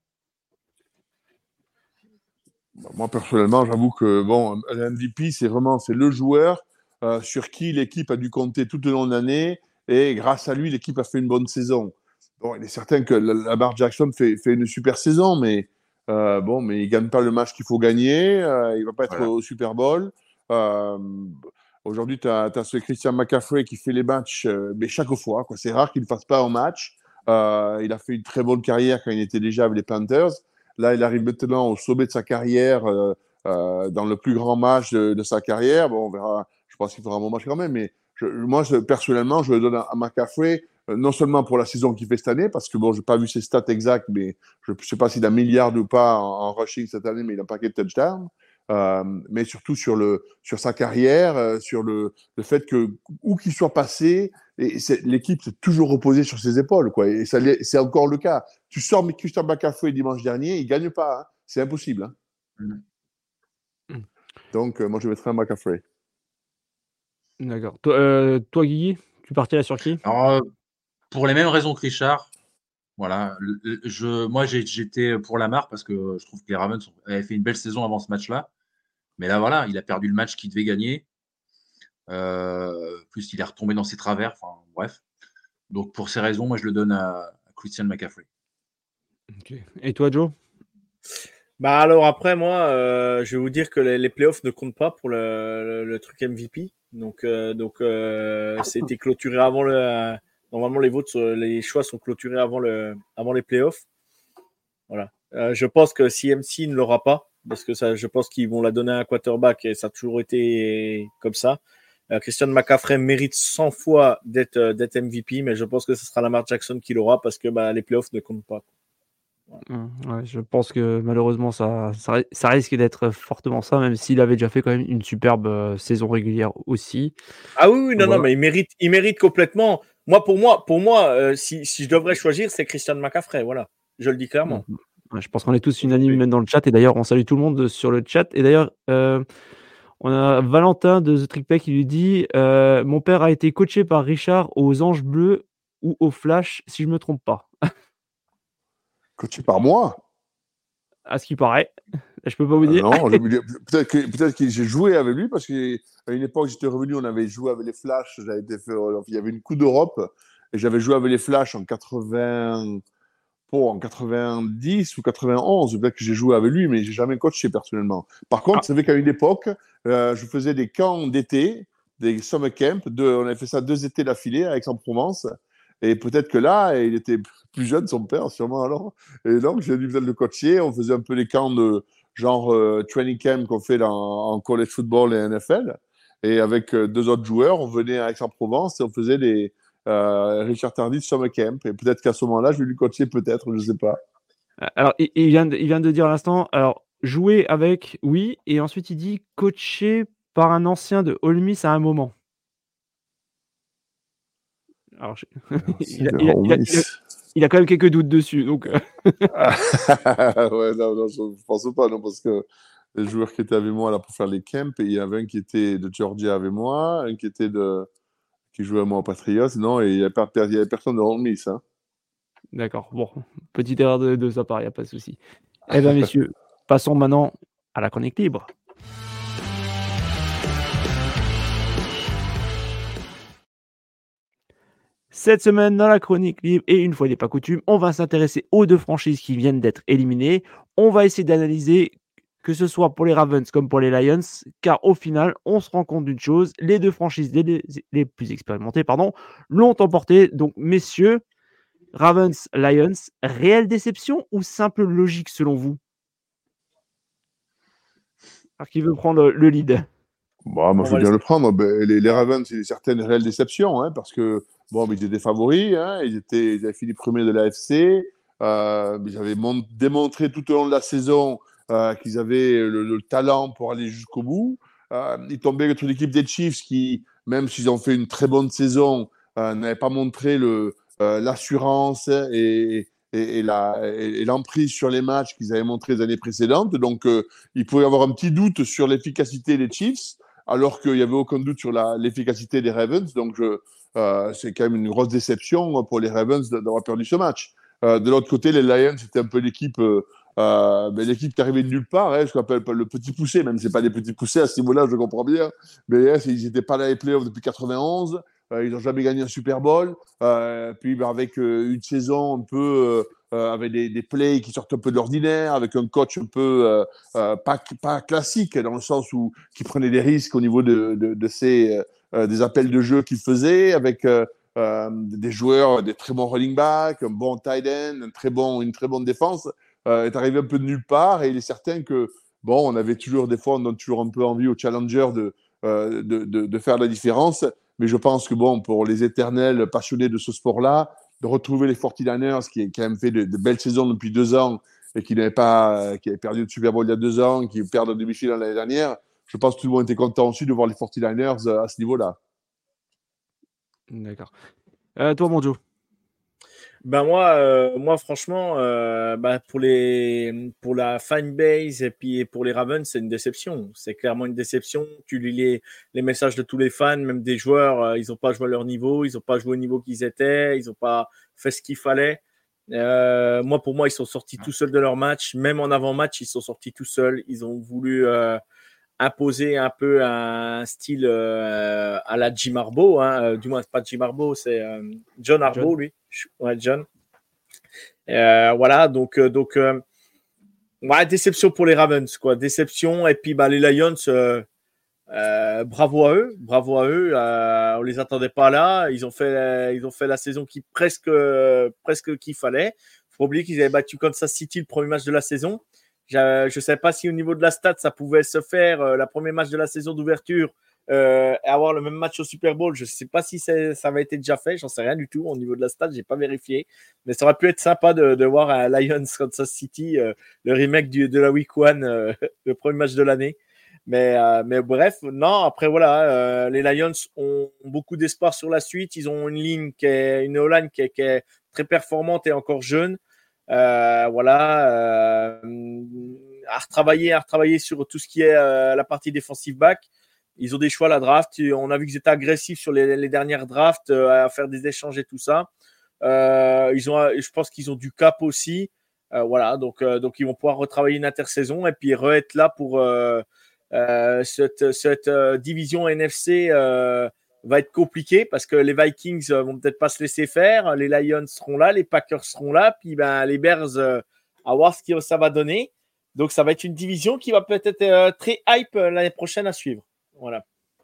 Moi personnellement, j'avoue que bon, le M V P c'est vraiment c'est le joueur euh, sur qui l'équipe a dû compter tout au long de l'année et grâce à lui l'équipe a fait une bonne saison. Bon, il est certain que Lamar Jackson fait, fait une super saison, mais euh, bon, mais il gagne pas le match qu'il faut gagner, euh, il va pas être voilà. au Super Bowl. Euh, aujourd'hui, tu as, as ce Christian McCaffrey qui fait les matchs, euh, mais chaque fois, quoi. C'est rare qu'il ne fasse pas un match. Euh, il a fait une très bonne carrière quand il était déjà avec les Panthers. Là, il arrive maintenant au sommet de sa carrière, euh, euh, dans le plus grand match de, de sa carrière. Bon, on verra. Je pense qu'il fera un bon match quand même, mais je, moi, je, personnellement, je le donne à, à McCaffrey, euh, non seulement pour la saison qu'il fait cette année, parce que bon, j'ai pas vu ses stats exactes, mais je ne sais pas s'il a milliard ou pas en, en rushing cette année, mais il a un paquet de touchdowns. Euh, mais surtout sur, le, sur sa carrière, euh, sur le, le fait que où qu'il soit passé, et l'équipe s'est toujours reposée sur ses épaules, quoi. Et ça, c'est encore le cas. Tu sors Christian McCaffrey dimanche dernier, il ne gagne pas. Hein. C'est impossible. Hein. Mm. Donc, euh, moi, je mettrais un McCaffrey. D'accord. Toi, euh, toi, Guigui, tu partirais sur qui? Alors, euh, pour les mêmes raisons que Richard, voilà. Je, moi, j'étais pour Lamar parce que je trouve que les Ravens avaient fait une belle saison avant ce match-là. Mais là, voilà, il a perdu le match qu'il devait gagner. Euh, plus, il est retombé dans ses travers. Enfin, bref. Donc, pour ces raisons, moi, je le donne à, à Christian McCaffrey. Okay. Et toi, Joe? Bah alors après, moi, euh, je vais vous dire que les, les playoffs ne comptent pas pour le, le, le truc M V P. Donc, euh, donc euh, c'était clôturé avant le. Euh, normalement, les votes, les choix sont clôturés avant le, avant les playoffs. Voilà. Euh, je pense que C M C ne l'aura pas parce que ça, je pense qu'ils vont la donner à un quarterback et ça a toujours été comme ça. Euh, Christian McCaffrey mérite cent fois d'être, d'être M V P, mais je pense que ce sera Lamar Jackson qui l'aura parce que bah, les playoffs ne comptent pas. Ouais, je pense que malheureusement ça, ça, ça risque d'être fortement ça, même s'il avait déjà fait quand même une superbe euh, saison régulière aussi. Ah oui, oui non, voilà. non, mais il mérite, il mérite complètement. Moi, pour moi, pour moi, euh, si, si je devrais choisir, c'est Christian McCaffrey. Voilà, je le dis clairement. Ouais, je pense qu'on est tous unanimes même dans le chat. Et d'ailleurs, on salue tout le monde sur le chat. Et d'ailleurs, euh, on a Valentin de The Trick Play qui lui dit euh, mon père a été coaché par Richard aux Anges Bleus ou au Flash, si je ne me trompe pas. Coaché par moi? À ce qui paraît. Je peux pas vous dire. Euh, non, peut-être que, peut-être que j'ai joué avec lui parce qu'à une époque, j'étais revenu, on avait joué avec les Flash. J'avais été fait, il y avait une Coupe d'Europe et j'avais joué avec les Flash en quatre-vingts, oh, en quatre-vingt-dix ou quatre-vingt-onze. Peut-être que j'ai joué avec lui, mais j'ai jamais coaché personnellement. Par contre, ah. c'est vrai qu'à une époque, euh, je faisais des camps d'été, des summer camps. Deux, on avait fait ça deux étés d'affilée à Aix-en-Provence. Et peut-être que là, il était plus jeune, son père, sûrement alors. Et donc, j'ai dû peut-être le coacher. On faisait un peu les camps de genre euh, training camp qu'on fait dans, en college football et N F L. Et avec euh, deux autres joueurs, on venait à Aix-en-Provence et on faisait les euh, Richard Tardif Summer Camp. Et peut-être qu'à ce moment-là, je vais lui coacher, peut-être, je ne sais pas. Alors, il, il, vient de, il vient de dire à l'instant, alors, jouer avec, oui. Et ensuite, il dit coacher par un ancien de Ole Miss à un moment. Alors, je... il, a, il, a, il, a, il, a, il a quand même quelques doutes dessus. Donc... ouais, non, non, je ne pense pas, non, parce que les joueurs qui étaient avec moi là pour faire les camps, et il y avait un qui était de Georgia avec moi, un qui était de qui jouait avec moi au Patriots, non, et il n'y avait, avait personne de Ole Miss. Hein. D'accord, bon, petite erreur de, de sa part, il n'y a pas de souci. Eh bien, messieurs, passons maintenant à la chronique libre. Cette semaine, dans la chronique libre, et une fois n'est pas coutume, on va s'intéresser aux deux franchises qui viennent d'être éliminées. On va essayer d'analyser, que ce soit pour les Ravens comme pour les Lions, car au final, on se rend compte d'une chose, les deux franchises les, les plus expérimentées pardon, l'ont emporté. Donc, messieurs, Ravens, Lions, réelle déception ou simple logique selon vous? Alors, qui veut prendre le lead? Bon, moi, je veux bien le prendre. Ben, les, les Ravens, c'est certaines réelles déceptions, hein, parce que bon, mais ils étaient favoris, hein, ils, étaient, ils avaient fini premier de l'A F C. Euh, ils avaient mon- démontré tout au long de la saison euh, qu'ils avaient le, le talent pour aller jusqu'au bout. Euh, ils tombaient contre l'équipe des Chiefs qui, même s'ils ont fait une très bonne saison, euh, n'avaient pas montré le, euh, l'assurance et, et, et, la, et, et l'emprise sur les matchs qu'ils avaient montré les années précédentes. Donc, euh, il pouvait y avoir un petit doute sur l'efficacité des Chiefs, alors qu'il n'y avait aucun doute sur la, l'efficacité des Ravens. Donc, je, euh, c'est quand même une grosse déception pour les Ravens d'avoir perdu ce match. Euh, de l'autre côté, les Lions, c'était un peu l'équipe, euh, euh, ben, l'équipe qui arrivait de nulle part, hein, ce qu'on appelle le petit poussé, même si ce n'est pas des petits poussés à ce niveau-là, je comprends bien. Mais hein, ils n'étaient pas là les playoffs depuis quatre-vingt-onze. Euh, ils n'ont jamais gagné un Super Bowl. Euh, puis ben, avec euh, une saison un peu euh, euh, avec des, des plays qui sortent un peu de l'ordinaire, avec un coach un peu euh, euh, pas, pas classique, dans le sens où qui prenait des risques au niveau de, de, de ses, euh, des appels de jeu qu'il faisait, avec euh, euh, des joueurs, des très bons running backs, un bon tight end, un très bon, une très bonne défense, euh, est arrivé un peu de nulle part. Et il est certain que, bon, on avait toujours, des fois, on donne toujours un peu envie aux challengers de, euh, de, de, de faire la différence. Mais je pense que, bon, pour les éternels passionnés de ce sport-là, de retrouver les forty-niners, qui ont quand même fait de, de belles saisons depuis deux ans et qui n'avaient pas, qui avaient perdu le Super Bowl il y a deux ans, qui perdent en demi-finale l'année dernière, je pense que tout le monde était content aussi de voir les forty-niners à ce niveau-là. D'accord. Euh, toi, mon Joe. Ben moi, euh, moi franchement, euh, ben pour, les, pour la fanbase et puis pour les Ravens, c'est une déception. C'est clairement une déception. Tu lis les, les messages de tous les fans, même des joueurs, euh, ils n'ont pas joué à leur niveau, ils n'ont pas joué au niveau qu'ils étaient, ils n'ont pas fait ce qu'il fallait. Euh, moi, pour moi, ils sont sortis tout seuls de leur match. Même en avant-match, ils sont sortis tout seuls. Ils ont voulu euh, imposer un peu un style euh, à la Jim Harbaugh. Hein. Euh, du moins, c'est pas Jim Harbaugh, c'est euh, John Harbaugh, lui. Ouais, John. Euh, voilà, donc, euh, donc euh, ouais, déception pour les Ravens, quoi. Déception. Et puis, bah, les Lions, euh, euh, bravo à eux. Bravo à eux. Euh, on les attendait pas là. Ils ont fait, ils ont fait la saison qui presque, euh, presque qu'il fallait. Faut pas oublier qu'ils avaient battu Kansas City le premier match de la saison. Je ne sais pas si au niveau de la stat, ça pouvait se faire. Euh, la premier match de la saison d'ouverture, euh, et avoir le même match au Super Bowl. Je ne sais pas si ça avait été déjà fait. J'en sais rien du tout. Au niveau de la stat, je n'ai pas vérifié. Mais ça aurait pu être sympa de, de voir un Lions Kansas City, euh, le remake du, de la Week one, euh, le premier match de l'année. Mais, euh, mais bref, non, après voilà, euh, les Lions ont beaucoup d'espoir sur la suite. Ils ont une ligne qui est, une O-line qui est, qui est très performante et encore jeune. Euh, voilà, euh, à retravailler, à retravailler sur tout ce qui est euh, la partie défensive back. Ils ont des choix à la draft. On a vu qu'ils étaient agressifs sur les, les dernières drafts, euh, à faire des échanges et tout ça. Euh, ils ont, je pense qu'ils ont du cap aussi. Euh, voilà, donc, euh, donc ils vont pouvoir retravailler une intersaison et puis re-être là pour euh, euh, cette, cette euh, division N F C. Euh, va être compliqué parce que les Vikings euh, vont peut-être pas se laisser faire. Les Lions seront là, les Packers seront là, puis ben, les Bears, euh, à voir ce que ça va donner. Donc, ça va être une division qui va peut-être être euh, très hype euh, l'année prochaine à suivre. Voilà.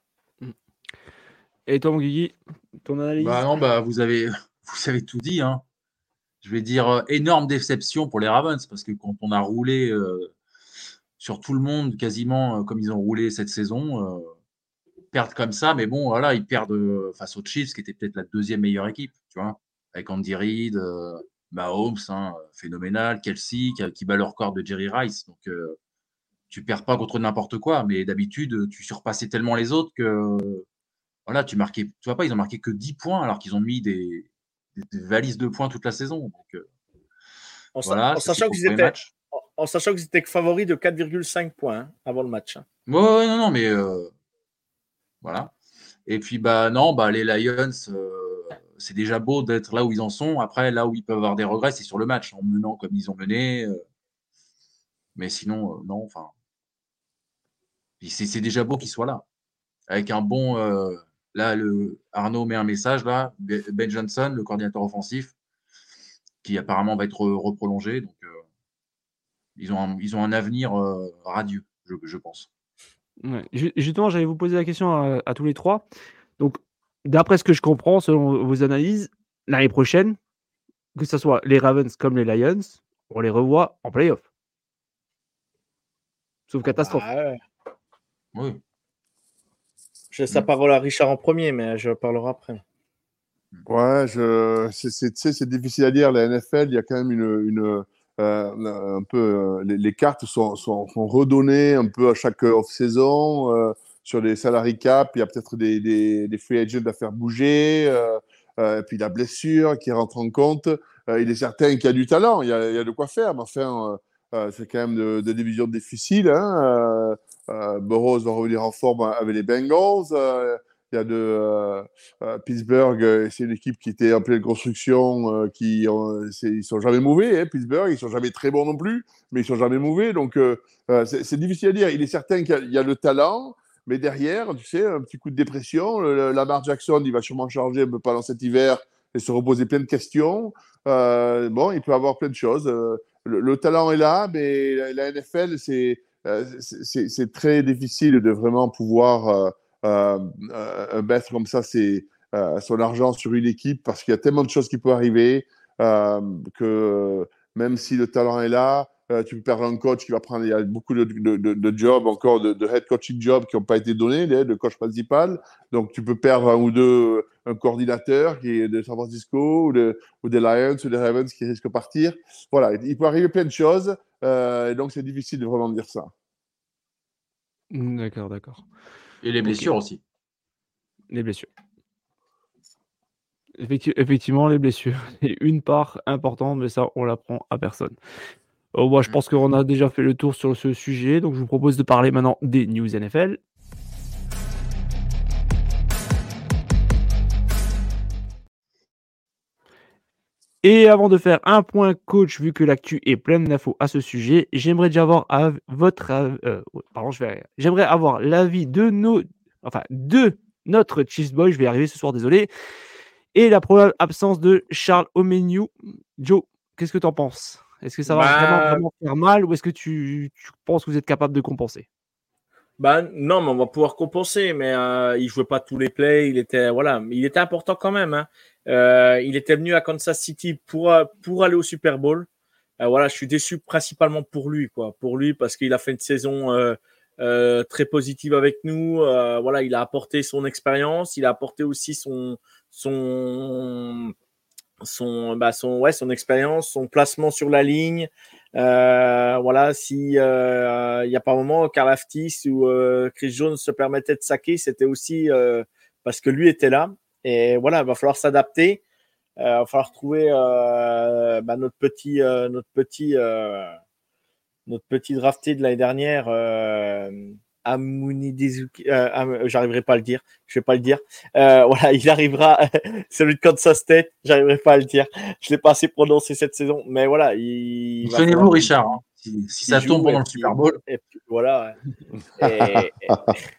Et toi, mon Guigui, ton analyse? Bah non, bah vous avez, vous avez tout dit. Hein. Je vais dire euh, énorme déception pour les Ravens parce que quand on a roulé euh, sur tout le monde quasiment euh, comme ils ont roulé cette saison, euh, perdre comme ça, mais bon, voilà, ils perdent euh, face aux Chiefs, qui était peut-être la deuxième meilleure équipe, tu vois, avec Andy Reid, euh, Mahomes, hein, phénoménal, Kelsey, qui, qui bat le record de Jerry Rice. Donc, euh, tu perds pas contre n'importe quoi, mais d'habitude, tu surpassais tellement les autres que, voilà, tu marquais, tu vois pas, ils ont marqué que dix points alors qu'ils ont mis des, des, des valises de points toute la saison. Donc, euh, En, voilà, en ça c'est sachant pour le qu'ils premier étaient, match. en, en sachant qu'ils étaient favoris de quatre virgule cinq points hein, avant le match. Hein. Ouais, ouais, non, non, mais euh, voilà. Et puis, bah non, bah, les Lions, euh, c'est déjà beau d'être là où ils en sont. Après, là où ils peuvent avoir des regrets, c'est sur le match, en menant comme ils ont mené. Euh, mais sinon, euh, non, enfin, c'est c'est déjà beau qu'ils soient là. Avec un bon. Euh, là, le, Arnaud met un message, là. Ben Johnson, le coordinateur offensif, qui apparemment va être reprolongé. Donc, euh, ils, ont un, ils ont un avenir euh, radieux, je, je pense. Ouais. Justement, j'allais vous poser la question à, à tous les trois. Donc, d'après ce que je comprends, selon vos analyses, l'année prochaine, que ce soit les Ravens comme les Lions, on les revoit en playoff. Sauf catastrophe. Bah, ouais. Oui. Je laisse la parole à Richard en premier, mais je parlerai après. Ouais, je, c'est, c'est, tu sais, c'est difficile à dire. La N F L, il y a quand même une, une euh, un peu, euh, les, les cartes sont, sont, sont redonnées un peu à chaque off-saison euh, sur les salary cap. Il y a peut-être des, des, des free agents à faire bouger. Euh, euh, et puis la blessure qui rentre en compte. Euh, il est certain qu'il y a du talent, il y a, il y a de quoi faire. Mais enfin, euh, euh, c'est quand même de, de divisions difficiles. Hein. Euh, euh, Burroughs va revenir en forme avec les Bengals. Euh, il y a de euh, euh, Pittsburgh, euh, c'est une équipe qui était en pleine construction, euh, qui ont, c'est, ils sont jamais mauvais. Hein, Pittsburgh, ils sont jamais très bons non plus, mais ils sont jamais mauvais. Donc euh, euh, c'est, c'est difficile à dire. Il est certain qu'il y a, il y a le talent, mais derrière, tu sais, un petit coup de dépression. Le, le, Lamar Jackson, il va sûrement changer un peu pendant cet hiver et se reposer plein de questions. Euh, bon, il peut avoir plein de choses. Euh, le, le talent est là, mais la, la N F L, c'est, euh, c'est, c'est, c'est très difficile de vraiment pouvoir euh, euh, euh, mettre comme ça c'est, euh, son argent sur une équipe parce qu'il y a tellement de choses qui peuvent arriver euh, que même si le talent est là, euh, tu peux perdre un coach qui va prendre. Il y a beaucoup de, de, de, de jobs encore, de, de head coaching jobs qui n'ont pas été donnés, de coach principal. Donc tu peux perdre un ou deux, un coordinateur qui est de San Francisco ou, de, ou des Lions ou des Ravens qui risquent de partir. Voilà, il peut arriver plein de choses. Euh, et donc c'est difficile de vraiment dire ça. D'accord, d'accord. Et les blessures okay. aussi. Les blessures. Effecti- effectivement, les blessures. C'est une part importante, mais ça, on l'apprend à personne. Euh, moi, je pense qu'on a déjà fait le tour sur ce sujet, donc je vous propose de parler maintenant des news N F L. Et avant de faire un point coach, vu que l'actu est pleine d'infos à ce sujet, j'aimerais déjà avoir av- votre, euh, pardon, je vais, j'aimerais avoir l'avis de nos, enfin, de notre Chiefs Boy. Je vais y arriver ce soir, désolé. Et la probable absence de Charles Omenihu. Joe, qu'est-ce que tu en penses? Est-ce que ça va bah, vraiment, vraiment faire mal ou est-ce que tu, tu penses que vous êtes capable de compenser? Bah non, mais on va pouvoir compenser. Mais euh, il jouait pas tous les plays. Il était voilà, mais il était important quand même. Hein. Euh, il était venu à Kansas City pour pour aller au Super Bowl. Euh, voilà, je suis déçu principalement pour lui, quoi, pour lui parce qu'il a fait une saison euh, euh, très positive avec nous. Euh, voilà, il a apporté son expérience, il a apporté aussi son son son bah son ouais son expérience, son placement sur la ligne. Euh, voilà, si il euh, y a pas un moment Karlaftis ou euh, Chris Jones se permettait de saquer, c'était aussi euh, parce que lui était là. Et voilà, il va falloir s'adapter. Il euh, va falloir trouver euh, bah, notre petit euh, notre petit euh, notre petit drafté de l'année dernière. Euh, Amouni Dezuki, euh, j'arriverai pas à le dire, je vais pas le dire. Euh, voilà, il arrivera, celui de Kansas State, j'arriverai pas à le dire. Je l'ai pas assez prononcé cette saison, mais voilà, il. Souvenez-vous, Richard, hein, si, si ça tombe pendant le Super Bowl. Et puis, voilà. Et, et,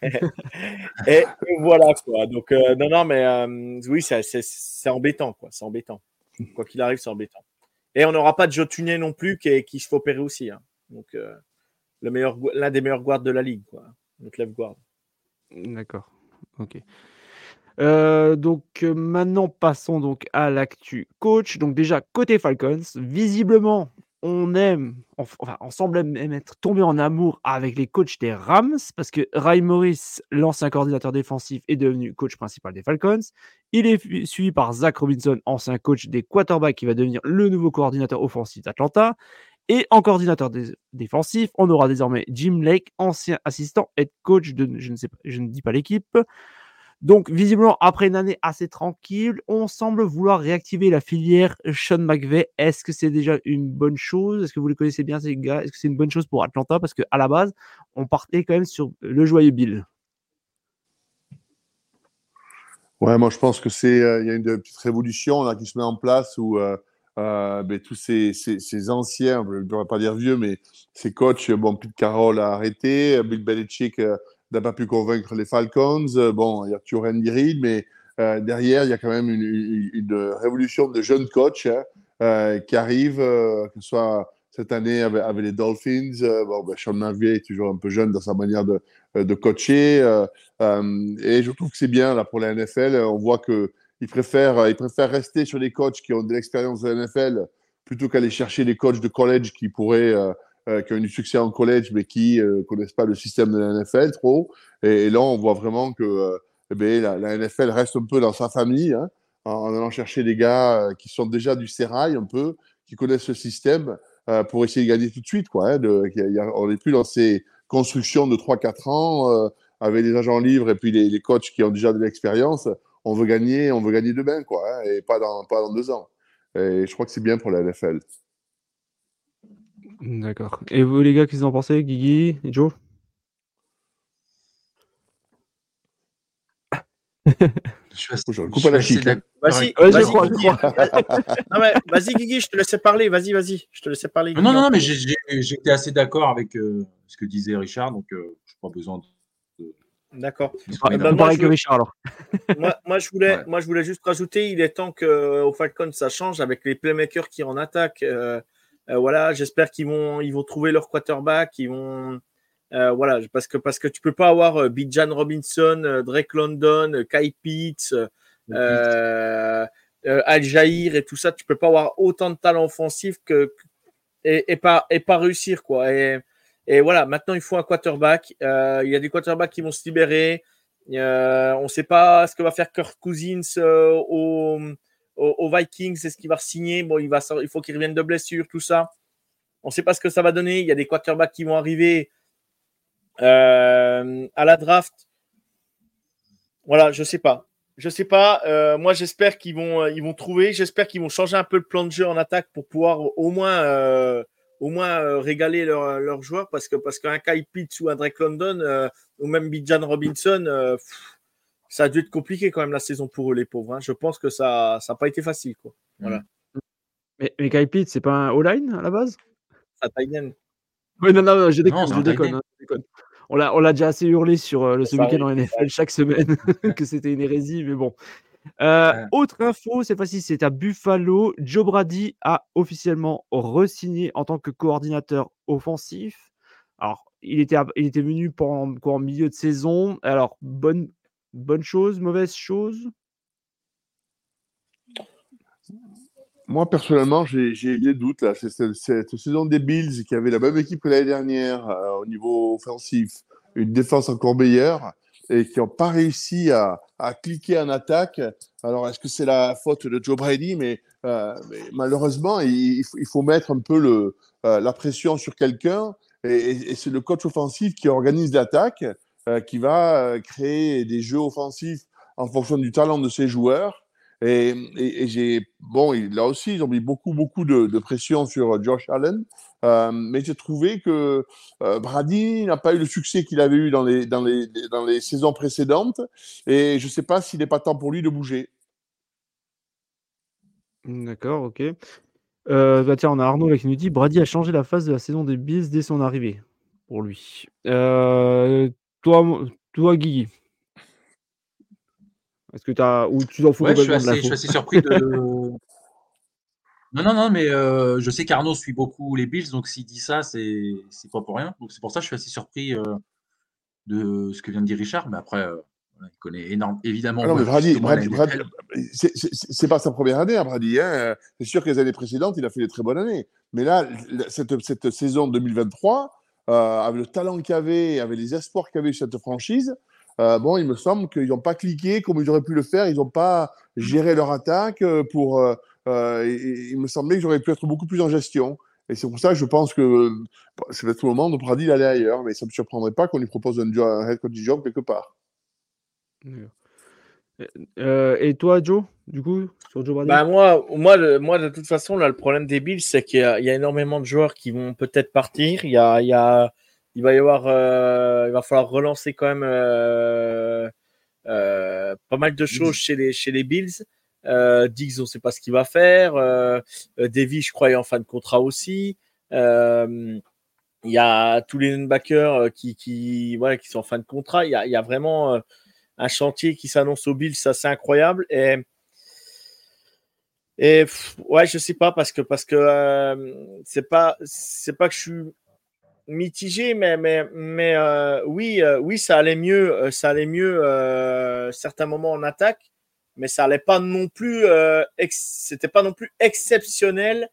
et, et voilà quoi. Donc euh, non, non, mais euh, oui, c'est, c'est, c'est embêtant quoi. C'est embêtant. Quoi qu'il arrive, c'est embêtant. Et on n'aura pas de Joe Tunney non plus qui, qui se fait opérer aussi. Hein. Donc euh, le meilleur, l'un des meilleurs guards de la ligue, quoi. Notre left guard. D'accord. Ok. Euh, donc euh, maintenant passons donc à l'actu coach. Donc déjà côté Falcons, visiblement on aime, enfin on semble même être tombé en amour avec les coachs des Rams parce que Ray Morris, l'ancien coordinateur défensif, est devenu coach principal des Falcons. Il est suivi par Zach Robinson, ancien coach des quarterbacks, qui va devenir le nouveau coordinateur offensif d'Atlanta. Et en coordinateur dé- défensif, on aura désormais Jim Lake, ancien assistant head coach de, je ne sais pas, je ne dis pas l'équipe. Donc, visiblement, après une année assez tranquille, on semble vouloir réactiver la filière Sean McVay. Est-ce que c'est déjà une bonne chose? Est-ce que vous les connaissez bien, ces gars? Est-ce que c'est une bonne chose pour Atlanta? Parce qu'à la base, on partait quand même sur le joyeux Bill. Ouais, moi, je pense que c'est, euh, il y a une petite révolution là, qui se met en place où euh, euh, ben, tous ces, ces, ces anciens, je ne pourrais pas dire vieux, mais ces coachs, bon, Pete Carroll a arrêté, Bill Belichick euh, n'a pas pi convaincre les Falcons. Bon, il y a toujours Andy Reid, mais euh, derrière, il y a quand même une, une, une révolution de jeunes coachs hein, euh, qui arrivent, euh, que ce soit cette année avec, avec les Dolphins. Euh, bon, ben, Sean McVay est toujours un peu jeune dans sa manière de, de coacher. Euh, euh, et je trouve que c'est bien là, pour la N F L. On voit qu'ils préfèrent, ils préfèrent rester sur les coachs qui ont de l'expérience de la N F L plutôt qu'aller chercher des coachs de college qui pourraient... Euh, Euh, qui ont eu du succès en college, mais qui ne euh, connaissent pas le système de la N F L trop. Et, et là, on voit vraiment que euh, eh bien, la, la N F L reste un peu dans sa famille. Hein. en allant chercher des gars qui sont déjà du sérail un peu, qui connaissent le système, euh, pour essayer de gagner tout de suite, quoi. Hein, de, y a, y a, on n'est plus dans ces constructions de trois quatre ans euh, avec les agents libres et puis les, les coachs qui ont déjà de l'expérience. On veut gagner, on veut gagner demain, quoi, hein, et pas dans, pas dans deux ans. Et je crois que c'est bien pour la N F L. D'accord. Et vous, les gars, qu'est-ce que vous en pensez, Guigui et Joe? Je suis assez, Je coupe je suis à la assez chic. Hein. d'accord Vas-y, avec- Ouais, je vas-y, crois, je Guigui. crois. Non, mais vas-y, Guigui, je te laissais parler. Vas-y, vas-y. Je te laissais parler, Non, Guigui. non, en non, mais premier. j'ai- j'ai- j'étais assez d'accord avec euh, ce que disait Richard, donc euh, je n'ai pas besoin de de D'accord. m'exprimer Ah, bah, tout moi, davantage. pareil je que veux- Richard, alors. Moi, moi, je voulais, Ouais. moi, je voulais juste rajouter, il est temps que au Falcons ça change avec les playmakers qui en attaquent. Euh, euh, voilà, j'espère qu'ils vont, ils vont trouver leur quarterback, ils vont, euh, voilà, parce que parce que tu peux pas avoir euh, Bijan Robinson, euh, Drake London, euh, Kyle Pitts, euh, euh, euh, Al Jair et tout ça. Tu peux pas avoir autant de talent offensif que et, et pas et pas réussir quoi. Et, et voilà, maintenant il faut un quarterback. Euh, il y a des quarterbacks qui vont se libérer. Euh, on ne sait pas ce que va faire Kirk Cousins euh, aux, aux, aux Vikings, c'est ce qu'il va signer. Bon, il va, il faut qu'il revienne de blessure, tout ça. On ne sait pas ce que ça va donner. Il y a des quarterbacks qui vont arriver euh, à la draft. Voilà, je sais pas. Je sais pas. Euh, moi, j'espère qu'ils vont, ils vont trouver. J'espère qu'ils vont changer un peu le plan de jeu en attaque pour pouvoir au moins, euh, au moins euh, régaler leurs leur joueurs parce que parce qu'un Kyle Pitts ou un Drake London euh, ou même Bijan Robinson, euh, pff, ça a dû être compliqué quand même la saison pour eux les pauvres. Hein. Je pense que ça, ça n'a pas été facile quoi. Voilà. Mais, mais Kyle Pitts, c'est pas un O-line à la base? Ça Tyden. Oui, non, non, non, je Non, déconne, c'est je un tight déconne, end. hein, je déconne. On l'a, on l'a déjà assez hurlé sur euh, le, ce Ça week-end en arrive. N F L chaque semaine que c'était une hérésie, mais bon. Euh, Ouais. autre info, cette fois-ci, c'est à Buffalo. Joe Brady a officiellement re-signé en tant que coordinateur offensif. Alors, il était, à- il était venu pour en, quoi, en milieu de saison. Alors, bonne, bonne chose, mauvaise chose? Moi, personnellement, j'ai j'ai des doutes là. C'est c'est- cette saison des Bills qui avait la même équipe que l'année dernière euh, au niveau offensif, une défense encore meilleure et qui n'ont pas réussi à, à cliquer en attaque. Alors, est-ce que c'est la faute de Joe Brady? Mais, euh, mais malheureusement, il, il faut- il faut mettre un peu le, euh, la pression sur quelqu'un et, et- et c'est le coach offensif qui organise l'attaque, euh, qui va euh, créer des jeux offensifs en fonction du talent de ses joueurs. Et, et, et j'ai, bon, il- là aussi, ils ont mis beaucoup, beaucoup de, de pression sur Josh Allen. Euh, mais j'ai trouvé que euh, Brady n'a pas eu le succès qu'il avait eu dans les, dans les, dans les saisons précédentes. Et je ne sais pas s'il n'est pas temps pour lui de bouger. D'accord, ok. Euh, bah tiens, on a Arnaud là qui nous dit Brady a changé la phase de la saison des Bills dès son arrivée. Pour lui. Euh, toi, mo- toi, Guigui, est-ce que t'as ou tu t'en fous Ouais, je suis complètement de assez, je suis l'info? assez surpris de. Non, non, non, mais euh, je sais qu'Arnaud suit beaucoup les Bills, donc s'il dit ça, c'est c'est pas pour rien. Donc c'est pour ça que je suis assez surpris euh, de ce que vient de dire Richard. Mais après, euh, voilà, il connaît énorme, évidemment Ah non, mais plus que Brady, moi la Brady, Brady N F L. c'est- c'est c'est pas sa première année, hein, Brady. Hein. C'est sûr que les années précédentes, il a fait des très bonnes années. Mais là, cette, cette saison deux mille vingt-trois, euh, avec le talent qu'il y avait, avec les espoirs qu'il y avait sur cette franchise, euh, bon, il me semble qu'ils n'ont pas cliqué comme ils auraient pu le faire. Ils n'ont pas géré leur attaque pour. Euh, euh, et- il me semblait qu'ils auraient pu être beaucoup plus en gestion. Et c'est pour ça que je pense que c'est peut-être le moment de Brady d'aller ailleurs. Mais ça ne me surprendrait pas qu'on lui propose un, job, un head coach job quelque part. Euh, et toi, Joe, du coup, sur Joe Brady? Bah moi, moi, le- moi, de toute façon, là, le problème des Bills, c'est qu'il y a, il y a énormément de joueurs qui vont peut-être partir. Il y a, il y a, il va y avoir, euh, il va falloir relancer quand même euh, euh, pas mal de choses chez les, chez les Bills. Euh, Diggs, on ne sait pas ce qu'il va faire. Euh, euh, Davy, je crois, est en fin de contrat aussi. Euh, il y a tous les linebackers euh, qui, qui, voilà, qui sont en fin de contrat. Il y a, il y a vraiment euh, un chantier qui s'annonce aux Bills, ça c'est incroyable. Et Et pff, ouais, je sais pas parce que parce que euh, c'est pas c'est pas que je suis mitigé, mais mais mais euh, oui euh, oui ça allait mieux euh, ça allait mieux euh, certains moments en attaque, mais ça allait pas non plus euh, ex- c'était pas non plus exceptionnel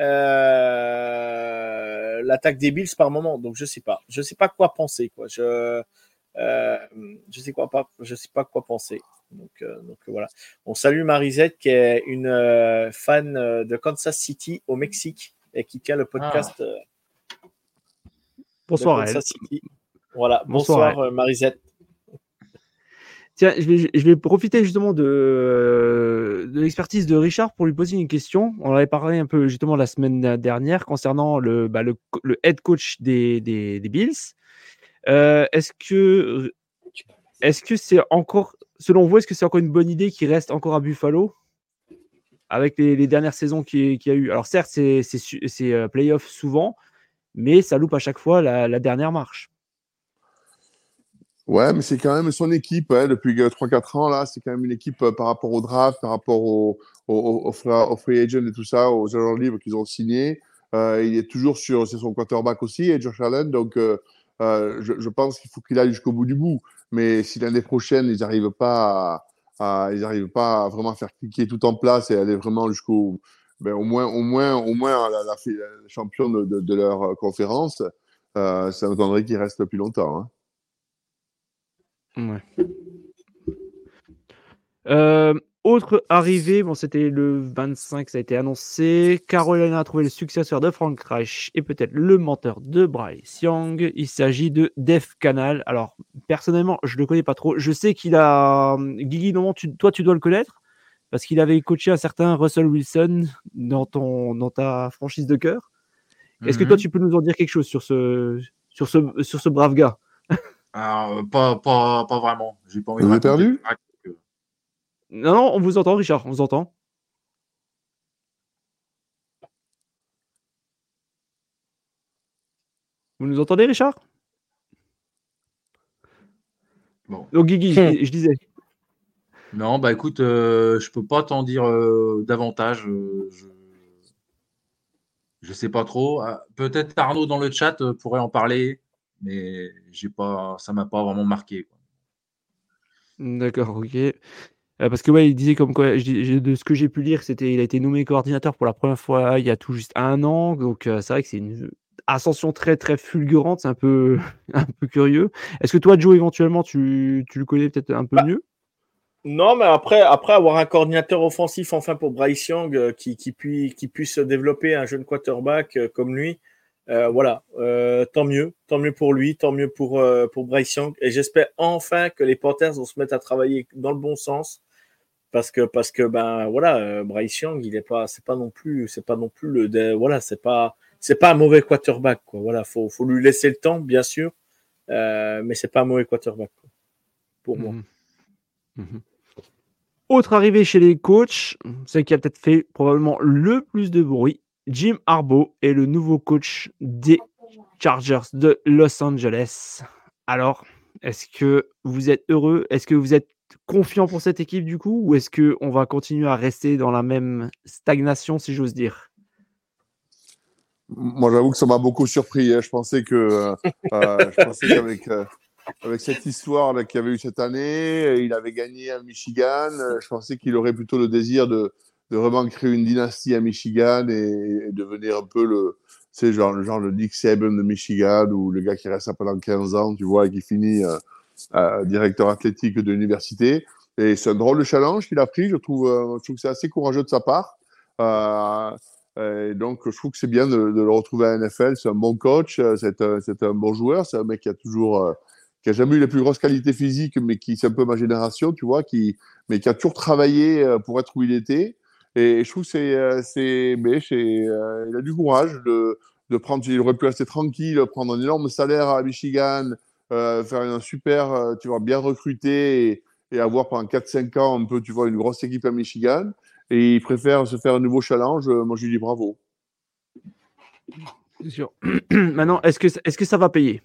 euh, l'attaque des Bills par moment. Donc je sais pas je sais pas quoi penser quoi je euh, je sais quoi pas je sais pas quoi penser Donc, euh, donc voilà. On salue Marisette qui est une euh, fan euh, de Kansas City au Mexique et qui tient le podcast Ah. euh, Bonsoir de à elle. Kansas City. Voilà. Bonsoir, Bonsoir, euh, Marisette. Tiens, je vais, je vais profiter justement de, de l'expertise de Richard pour lui poser une question. On avait parlé un peu justement la semaine dernière concernant le, bah, le, le head coach des, des, des Bills. Euh, est-ce que est-ce que c'est encore, selon vous, est-ce que c'est encore une bonne idée qu'il reste encore à Buffalo avec les, les dernières saisons qu'il y a eu? Alors certes, c'est, c'est, c'est euh, playoff souvent, mais ça loupe à chaque fois la, la dernière marche. Ouais, mais c'est quand même son équipe hein, depuis trois quatre ans. Là, c'est quand même une équipe euh, par rapport au draft, par rapport au, au, au, free, au free agent et tout ça, aux agents libres qu'ils ont signés. Euh, il est toujours sur, c'est son quarterback aussi, et Josh Allen. Donc, euh, euh, je, je pense qu'il faut qu'il aille jusqu'au bout du bout. Mais si l'année prochaine, ils n'arrivent pas à, à, ils n'arrivent pas à vraiment faire cliquer tout en place et aller vraiment jusqu'au, ben, au moins, au moins, au moins la, la, la champion de, de, de leur conférence, euh, ça m'étonnerait qu'ils restent plus longtemps. Hein. Ouais. Euh, autre arrivée, bon, c'était le vingt-cinq, ça a été annoncé. Carolina a trouvé le successeur de Frank Reich et peut-être le menteur de Bryce Young. Il s'agit de Dave Canal. Alors, personnellement, je ne le connais pas trop. Je sais qu'il a. Guigui, non, tu... toi, tu dois le connaître parce qu'il avait coaché un certain Russell Wilson dans, ton... dans ta franchise de cœur. Mm-hmm. Est-ce que toi, tu peux nous en dire quelque chose sur ce, sur ce, sur ce brave gars? Alors, pas, pas, pas vraiment. J'ai pas envie vous de avez perdu que... Non, non, on vous entend, Richard, on vous entend. Vous nous entendez, Richard? Bon. Donc, Guigui, je, je disais. Non, bah écoute, euh, je peux pas t'en dire euh, davantage. Euh, je... je sais pas trop. Euh, peut-être Arnaud dans le chat euh, pourrait en parler, mais j'ai pas, ça m'a pas vraiment marqué. Quoi. D'accord, ok. Euh, parce que ouais, il disait comme quoi, je, de ce que j'ai pu lire, c'était, il a été nommé coordinateur pour la première fois il y a tout juste un an. Donc euh, c'est vrai que c'est une ascension très très fulgurante. C'est un peu un peu curieux. Est-ce que toi, Joe, éventuellement, tu, tu le connais peut-être un peu bah, mieux? Non, mais après, après avoir un coordinateur offensif enfin pour Bryce Young euh, qui, qui, puis, qui puisse développer un jeune quarterback euh, comme lui, euh, voilà, euh, tant mieux, tant mieux pour lui, tant mieux pour, euh, pour Bryce Young. Et j'espère enfin que les Panthers vont se mettre à travailler dans le bon sens parce que, parce que ben voilà, euh, Bryce Young, il est pas, c'est pas non plus, c'est pas non plus le, de, voilà, c'est pas, c'est pas un mauvais quarterback, quoi. Voilà, faut, faut lui laisser le temps, bien sûr, euh, mais c'est pas un mauvais quarterback, quoi, pour mmh. moi. Mmh. Autre arrivée chez les coachs, celle qui a peut-être fait probablement le plus de bruit, Jim Harbaugh est le nouveau coach des Chargers de Los Angeles. Alors, est-ce que vous êtes heureux? Est-ce que vous êtes confiant pour cette équipe du coup? Ou est-ce qu'on va continuer à rester dans la même stagnation, si j'ose dire? Moi, j'avoue que ça m'a beaucoup surpris. Hein. Je pensais que, euh, je pensais qu'avec euh, avec cette histoire là, qu'il y avait eu cette année, il avait gagné à Michigan. Je pensais qu'il aurait plutôt le désir de, de vraiment créer une dynastie à Michigan et, et devenir un peu le, tu sais, genre, le genre le Nick Saban de Michigan ou le gars qui reste là pendant quinze ans, tu vois, et qui finit euh, euh, directeur athlétique de l'université. Et c'est un drôle de challenge qu'il a pris. Je trouve, euh, je trouve que c'est assez courageux de sa part. Euh, Et donc, je trouve que c'est bien de, de le retrouver à la N F L. C'est un bon coach, c'est un, c'est un bon joueur. C'est un mec qui a toujours, euh, qui a jamais eu les plus grosses qualités physiques, mais qui c'est un peu ma génération, tu vois, qui, mais qui a toujours travaillé pour être où il était. Et je trouve que c'est, c'est, mais c'est, euh, il a du courage de, de prendre. Il aurait pu rester tranquille, prendre un énorme salaire à Michigan, euh, faire un super, tu vois, bien recruter et, et avoir pendant quatre cinq ans un peu, tu vois, une grosse équipe à Michigan. Et il préfère se faire un nouveau challenge. Moi, je lui dis bravo. C'est sûr. Maintenant, est-ce que, est-ce que ça va payer?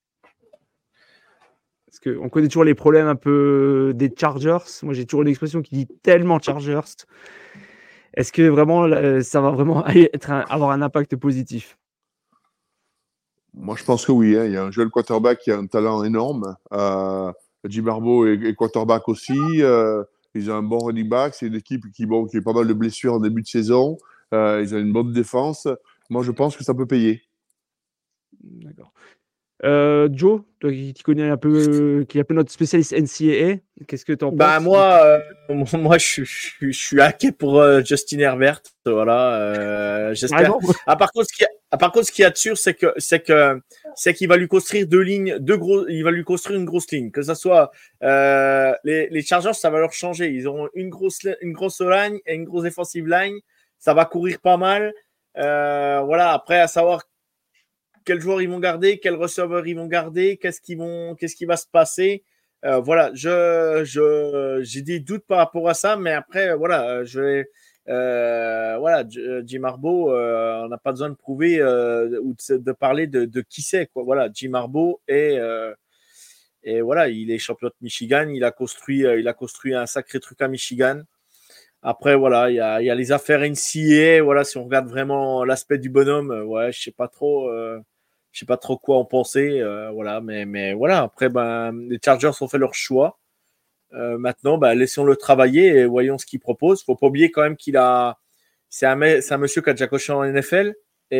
Parce qu'on connaît toujours les problèmes un peu des Chargers. Moi, j'ai toujours une expression qui dit tellement Chargers. Est-ce que vraiment, ça va vraiment être un, avoir un impact positif? Moi, je pense que oui. Hein. Il y a un jeune quarterback qui a un talent énorme. Euh, Jim Harbaugh est, est quarterback aussi. Euh, Ils ont un bon running back. C'est une équipe qui, bon, qui a pas mal de blessures en début de saison. Euh, ils ont une bonne défense. Moi, je pense que ça peut payer. D'accord. Euh, Joe, toi qui, qui connais un peu, qui est un peu notre spécialiste N C A A, qu'est-ce que tu en Bah penses? moi, euh, moi je, suis- je, suis- je suis hacké pour euh, Justin Herbert, voilà. Euh, j'espère. Raison. Ah par contre, ce qui, ah, par contre, ce qu'il y a de sûr, c'est que c'est que c'est qu'il va lui construire deux lignes, deux gros. Il va lui construire une grosse ligne, que ça soit euh, les, les Chargers, ça va leur changer. Ils auront une grosse une grosse line et une grosse defensive line. Ça va courir pas mal. Euh, voilà. Après, à savoir quels joueurs ils vont garder, quels receveurs ils vont garder, qu'est-ce qu'ils vont, qu'est-ce qui va se passer. Euh, voilà, je, je, j'ai des doutes par rapport à ça, mais après, voilà, je vais, euh, voilà, Jim Harbaugh, euh, on n'a pas besoin de prouver euh, ou de, de parler de, de qui c'est, quoi. Voilà, Jim Harbaugh est, euh, et voilà, il est champion de Michigan, il a construit, euh, il a construit un sacré truc à Michigan. Après, voilà, il y a, il y a les affaires N C A A. Voilà, si on regarde vraiment l'aspect du bonhomme, euh, ouais, je sais pas trop, euh, je sais pas trop quoi en penser. Euh, voilà, mais, mais voilà. Après, ben, les Chargers ont fait leur choix. Euh, maintenant, ben, laissons-le travailler et voyons ce qu'il propose. Faut pas oublier quand même qu'il a, c'est un, c'est un monsieur qui a déjà coché en N F L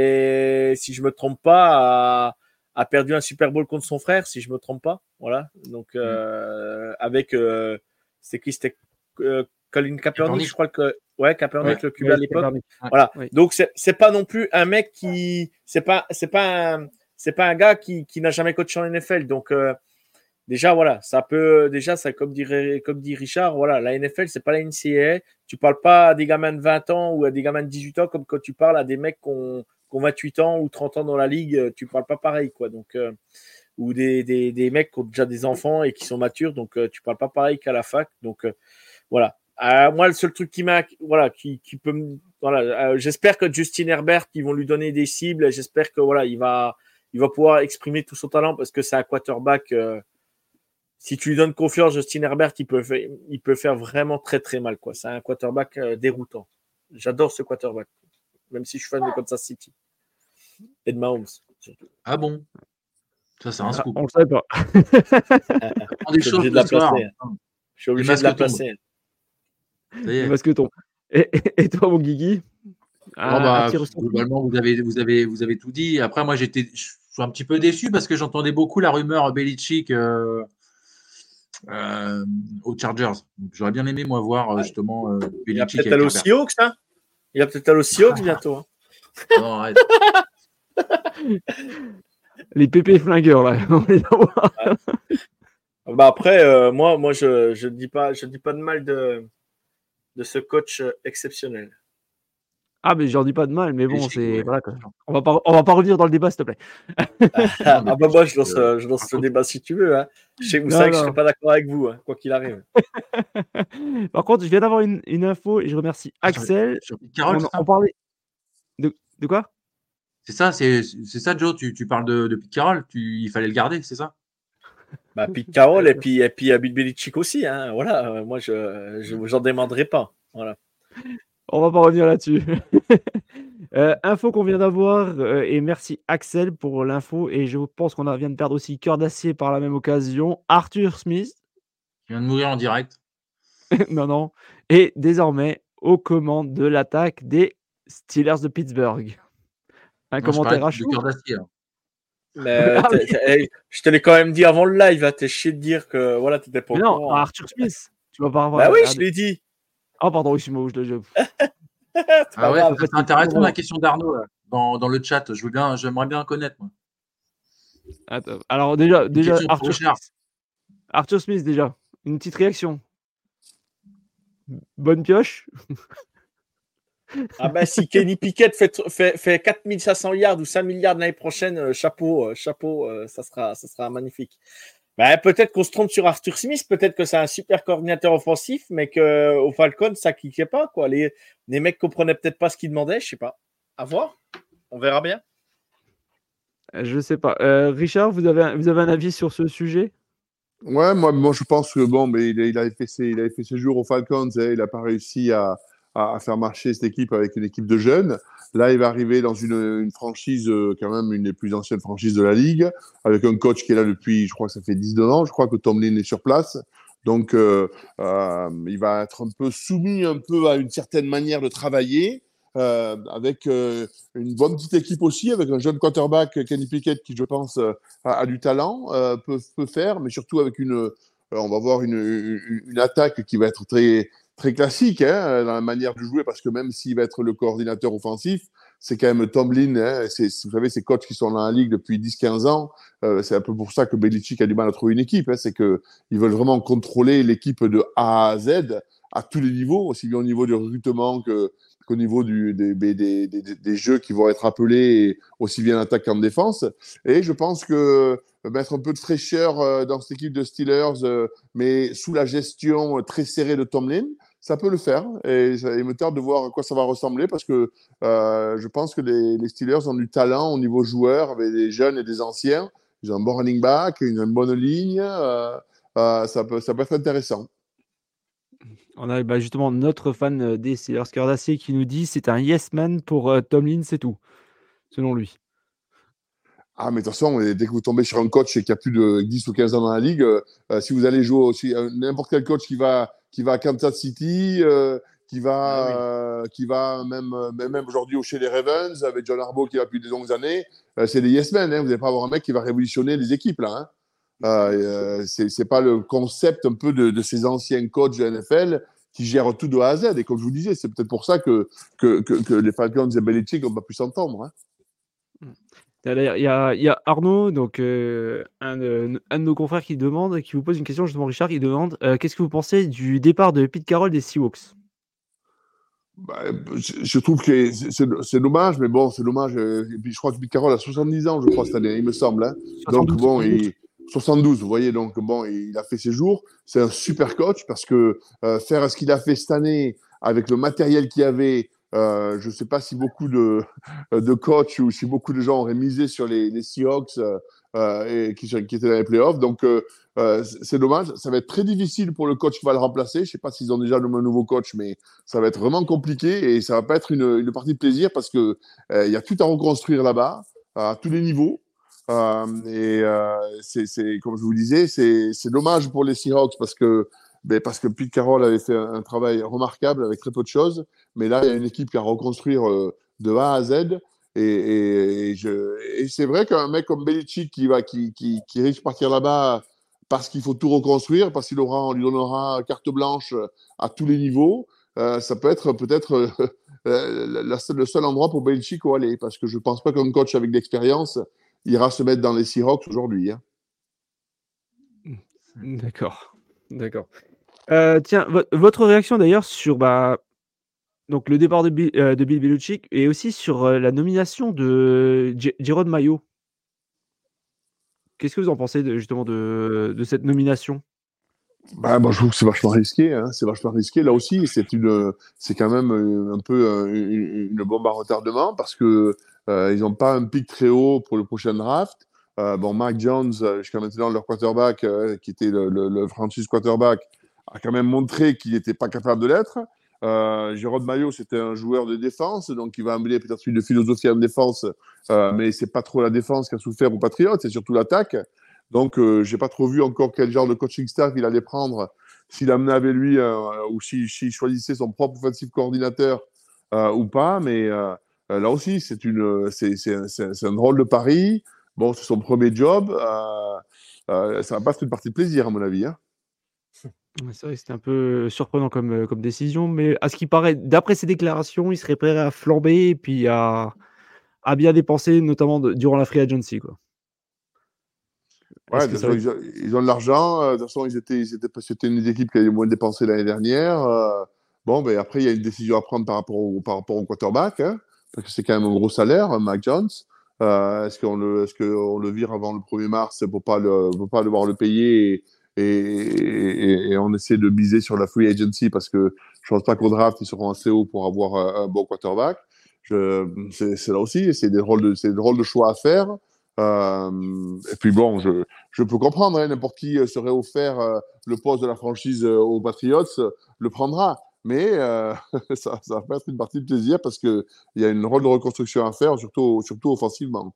et si je me trompe pas, a, a perdu un Super Bowl contre son frère, si je me trompe pas. Voilà. Donc euh, avec, euh, c'est qui c'était euh, Colin Kaepernick, Kaepernick. je crois que ouais, Kaepernick, Ouais. le Q B à Ouais, l'époque. Kaepernick. Voilà. Oui. Donc c'est c'est pas non plus un mec qui c'est pas c'est pas un, c'est pas un gars qui qui n'a jamais coaché en N F L. Donc euh, déjà voilà, ça peut déjà ça comme dirait comme dit Richard, voilà, la N F L c'est pas la N C A A. Tu parles pas à des gamins de vingt ans ou à des gamins de dix-huit ans comme quand tu parles à des mecs qui ont, qui ont vingt-huit ans ou trente ans dans la ligue, tu parles pas pareil quoi. Donc euh, ou des, des, des mecs qui ont déjà des enfants et qui sont matures, donc euh, tu parles pas pareil qu'à la fac. Donc euh, voilà. Euh, moi, le seul truc qui m'a, voilà, qui, qui peut me, voilà, euh, j'espère que Justin Herbert, ils vont lui donner des cibles. J'espère que voilà, il va, il va pouvoir exprimer tout son talent parce que c'est un quarterback. Euh, si tu lui donnes confiance, Justin Herbert, il peut, faire, il peut faire vraiment très très mal, quoi. C'est un quarterback euh, déroutant. J'adore ce quarterback, même si je suis fan de Kansas City et de Mahomes. Surtout. Ah bon? Ça, c'est un Ah, scoop. on le savait pas. Prends des Je suis choses obligé de la ce soir. placer. Je suis obligé masques de la tombent. placer. Ça y est. Parce que ton. Et, et, et toi, mon Guigui? Oh, bah, globalement, vous avez, vous, avez, vous avez tout dit. Après, moi, j'étais, je suis un petit peu déçu parce que j'entendais beaucoup la rumeur Belichick euh, euh, aux Chargers. Donc, j'aurais bien aimé, moi, voir euh, justement euh, Il va Belichick peut-être aller avec aux Herbert. Seahawks, hein. Il va peut-être aller aux Seahawks bientôt. Hein. Non, arrête. Les pépés flingueurs, là. On les envoie. Bah après, euh, moi, moi, je, je dis pas, je dis pas de mal de, de ce coach exceptionnel. Ah, mais j'en dis pas de mal, mais bon, Belichick, c'est. ouais. Voilà, quoi. On va pas, on va pas revenir dans le débat, s'il te plaît. Ah bah moi, je lance, je lance le débat si tu veux. Hein. Je sais que vous Non, savez que non. je serai pas d'accord avec vous, hein, quoi qu'il arrive. Par contre, je viens d'avoir une, une info et je remercie Ah, sur- Axel. sur Pete Carroll, on, c'est ça on parlait. De, de quoi? C'est ça, c'est c'est ça, Joe. Tu, tu parles de, de Pete Carroll. Tu, il fallait le garder, c'est ça? Bah, Pete Carroll et puis, et puis Bill Belichick aussi. Hein. Voilà, euh, moi, je, je, j'en demanderai pas. Voilà. On va pas revenir là-dessus. euh, info qu'on vient d'avoir euh, et merci Axel pour l'info et je pense qu'on a- vient de perdre aussi Cœur d'Acier par la même occasion. Arthur Smith, Il vient de mourir en direct. non non, est désormais aux commandes de l'attaque des Steelers de Pittsburgh. Un Non, je commentaire parlais à de chaud. cœur d'acier. là. Mais Ah, t'es- oui. t'es- hey, je te l'ai quand même dit avant le live. Hein. T'es chier de dire que voilà, t'étais pas au Mais non, courant. Arthur Smith. Tu vas pas avoir. Bah oui, ah, je l'ai dit. oh pardon, excuse-moi, je, je... C'est Ah pas ouais, grave. c'est intéressant la question d'Arnaud là, dans, dans le chat. Je veux bien, j'aimerais bien connaître. Moi. Attends. Alors déjà, Une déjà question pour Arthur Richard. Smith. Arthur Smith déjà. Une petite réaction. Bonne pioche. Ah bah si Kenny Pickett fait, fait, fait quatre mille cinq cents yards ou cinq mille yards l'année prochaine, euh, chapeau, euh, chapeau, euh, ça sera, ça sera magnifique. Bah, peut-être qu'on se trompe sur Arthur Smith, peut-être que c'est un super coordinateur offensif, mais qu'au Falcons, ça cliquait pas. Quoi. Les, les mecs comprenaient peut-être pas ce qu'ils demandaient, je sais pas. À voir, on verra bien. Je sais pas. Euh, Richard, vous avez, un, vous avez un avis sur ce sujet? Ouais, moi, moi je pense que bon, mais il, il, avait fait ses, il avait fait ses jours aux Falcons et il n'a pas réussi à, à, à faire marcher cette équipe avec une équipe de jeunes. Là, il va arriver dans une, une franchise, euh, quand même, une des plus anciennes franchises de la Ligue, avec un coach qui est là depuis, je crois que ça fait dix-neuf ans, je crois que Tomlin est sur place. Donc, euh, euh, il va être un peu soumis un peu à une certaine manière de travailler. euh, avec euh, une bonne petite équipe aussi, avec un jeune quarterback, Kenny Pickett, qui, je pense, euh, a, a du talent, euh, peut, peut faire, mais surtout avec une, euh, on va voir une, une, une attaque qui va être très, très classique hein, dans la manière de jouer, parce que même s'il va être le coordinateur offensif, c'est quand même Tomlin, hein, c'est, vous savez, ces coachs qui sont dans la ligue depuis dix quinze ans, euh, c'est un peu pour ça que Belichick a du mal à trouver une équipe, hein, c'est qu'ils veulent vraiment contrôler l'équipe de A à Z, à tous les niveaux, aussi bien au niveau du recrutement que, qu'au niveau du, des, des, des, des, des jeux qui vont être appelés, aussi bien en attaque qu'en défense. Et je pense que mettre un peu de fraîcheur dans cette équipe de Steelers, mais sous la gestion très serrée de Tomlin, ça peut le faire. Et il me tarde de voir à quoi ça va ressembler, parce que euh, je pense que les, les Steelers ont du talent au niveau joueur, avec des jeunes et des anciens. Ils ont un bon running back, ils ont une bonne ligne. Euh, euh, ça, peut, ça peut être intéressant. On a bah, justement notre fan des Steelers, Cœur d'Acier, qui nous dit c'est un yes man pour euh, Tomlin, c'est tout, selon lui. Ah, mais de toute façon, dès que vous tombez sur un coach qui a plus de dix ou quinze ans dans la ligue, euh, si vous allez jouer aussi, euh, n'importe quel coach qui va, qui va à Kansas City, euh, qui va, ah oui. euh, qui va même, même aujourd'hui chez les Ravens, avec John Harbaugh qui va depuis des longues années, euh, c'est des yes men. Hein, vous n'allez pas avoir un mec qui va révolutionner les équipes, là. Hein. Euh, c'est, c'est pas le concept un peu de, de ces anciens coachs de N F L qui gèrent tout de A à Z. Et comme je vous disais, c'est peut-être pour ça que, que, que, que les Falcons et Belichick n'ont pas pu s'entendre. Hein. Il y a, il y a Arnaud, donc euh, un, de, un de nos confrères qui demande, qui vous pose une question, justement Richard, qui demande euh, qu'est-ce que vous pensez du départ de Pete Carroll des Seahawks? Bah, je, je trouve que c'est, c'est, c'est dommage, mais bon, c'est dommage. Et puis je crois que Pete Carroll a soixante-dix ans, je crois, cette année, il me semble. Hein. Donc bon, il, soixante-douze, vous voyez, donc bon, il a fait ses jours. C'est un super coach parce que euh, faire ce qu'il a fait cette année avec le matériel qu'il y avait, euh, je ne sais pas si beaucoup de, de coachs ou si beaucoup de gens auraient misé sur les, les Seahawks euh, et qui, qui étaient dans les playoffs. Donc euh, euh, c'est dommage. Ça va être très difficile pour le coach qui va le remplacer. Je ne sais pas s'ils ont déjà nommé un nouveau coach, mais ça va être vraiment compliqué et ça ne va pas être une, une partie de plaisir parce qu'il euh, y a tout à reconstruire là-bas, à tous les niveaux. Euh, et euh, c'est, c'est, comme je vous disais, c'est, c'est dommage pour les Seahawks parce que, ben, parce que Pete Carroll avait fait un, un travail remarquable avec très peu de choses. Mais là, il y a une équipe qui a à reconstruire euh, de A à Z. Et, et, et, je, et c'est vrai qu'un mec comme Belichick qui, va, qui, qui, qui risque de partir là-bas parce qu'il faut tout reconstruire, parce qu'il aura, on lui donnera carte blanche à tous les niveaux, euh, ça peut être peut-être euh, la, le seul endroit pour Belichick où aller. Parce que je ne pense pas qu'un coach avec l'expérience ira se mettre dans les Seahawks aujourd'hui. Hein. D'accord. D'accord. Euh, tiens, v- votre réaction d'ailleurs sur bah, donc, le départ de Bill, euh, de Bill Belichick et aussi sur euh, la nomination de J- Jerod Mayo. Qu'est-ce que vous en pensez de, justement de, de cette nomination? Bah, moi, je trouve que c'est vachement risqué. Hein. C'est vachement risqué. Là aussi, c'est, une, c'est quand même un peu une, une bombe à retardement parce qu'ils euh, n'ont pas un pic très haut pour le prochain draft. Euh, bon, Mac Jones, jusqu'à maintenant, leur quarterback, euh, qui était le, le, le franchise quarterback, a quand même montré qu'il n'était pas capable de l'être. Euh, Jerod Mayo, c'était un joueur de défense, donc il va amener peut-être une philosophie en défense, euh, mais c'est pas trop la défense qui a souffert aux Patriots, c'est surtout l'attaque. Donc, euh, j'ai pas trop vu encore quel genre de coaching staff il allait prendre, s'il amenait avec lui euh, ou s'il si, si choisissait son propre offensive coordinateur euh, ou pas. Mais euh, là aussi, c'est, une, c'est, c'est, c'est, c'est un drôle de pari. Bon, c'est son premier job. Euh, euh, ça va pas être une partie de plaisir, à mon avis. Hein. C'est vrai que c'était un peu surprenant comme, comme décision, mais à ce qui paraît, d'après ses déclarations, il serait prêt à flamber et puis à, à bien dépenser, notamment de, durant la free agency, quoi. Ouais, de toute façon, ils, ont, ils ont de l'argent. Euh, de toute façon, ils étaient, ils étaient, c'était une des équipes qui avait moins dépensé l'année dernière. Euh, bon, ben après, il y a une décision à prendre par rapport au, par rapport au quarterback, hein, parce que c'est quand même un gros salaire, Mac Jones. Euh, est-ce qu'on le, est-ce qu'on le vire avant le premier mars pour pas le, pour pas devoir le payer et, et, et, et on essaie de miser sur la free agency parce que je pense pas qu'au draft ils seront assez hauts pour avoir un, un bon quarterback. Je, c'est, c'est là aussi, c'est des drôles de, c'est des drôles de choix à faire. Euh, et puis bon, je, je peux comprendre, hein, n'importe qui serait offert euh, le poste de la franchise euh, aux Patriots, euh, le prendra. Mais euh, ça, ça va pas être une partie de plaisir parce qu'il y a une rôle de reconstruction à faire, surtout, surtout offensivement.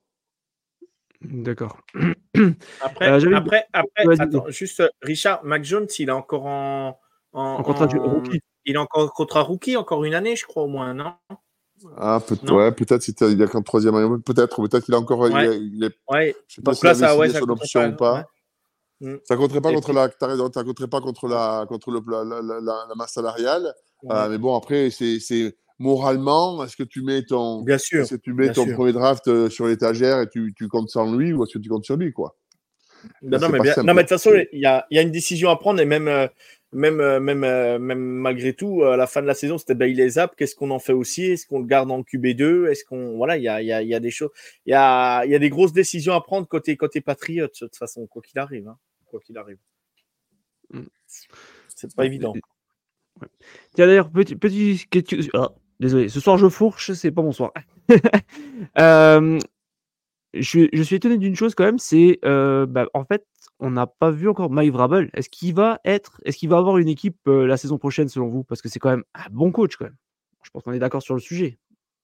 D'accord. Après, euh, après, après ouais, attends, juste Richard, Mac Jones, il est encore en, en, en contrat en... rookie. Il est encore en contrat rookie, encore une année, je crois, au moins, non? Ah, peut- Non ouais, peut-être c'était il y a qu'un troisième année. Peut-être, peut-être qu'il a encore. il Ouais. est- il est- Ouais. je sais pas Donc s'il là, avait ça, ouais, signé ça son compterait option pas. ou pas. Ouais. Mm. Ça compterait pas Et contre puis, la, t'as raison, ça compterait pas contre la, contre le, la, la, la, la- la masse salariale. ouais. Euh, mais bon, après, c'est, c'est moralement, est-ce que tu mets ton, Bien sûr, est-ce que tu mets bien ton sûr. premier draft euh, sur l'étagère et tu, tu comptes sans lui ou est-ce que tu comptes sur lui, quoi? Non, Là, non, c'est mais pas bien. simple. Non, mais de toute façon, C'est- il y a, il y a une décision à prendre et même, euh, même, euh, même, euh, même malgré tout, à la fin de la saison, c'était Bailey Zapp. Qu'est-ce qu'on en fait aussi? Est-ce qu'on le garde en Q B deux? Est-ce qu'on, voilà, il y a, il y a, il y a des choses, il y a, il y a des grosses décisions à prendre côté, côté Patriots, de toute façon, quoi qu'il arrive, hein. Quoi qu'il arrive. Mm. C'est pas évident. Ouais. Tiens, d'ailleurs, petit, petit question. Ah, désolé, ce soir je fourche, c'est pas mon soir. Euh, je, je suis étonné d'une chose quand même, c'est euh, bah, en fait, on n'a pas vu encore Mike Vrabel. Est-ce qu'il va être, est-ce qu'il va avoir une équipe euh, la saison prochaine selon vous? Parce que c'est quand même un bon coach quand même. Je pense qu'on est d'accord sur le sujet.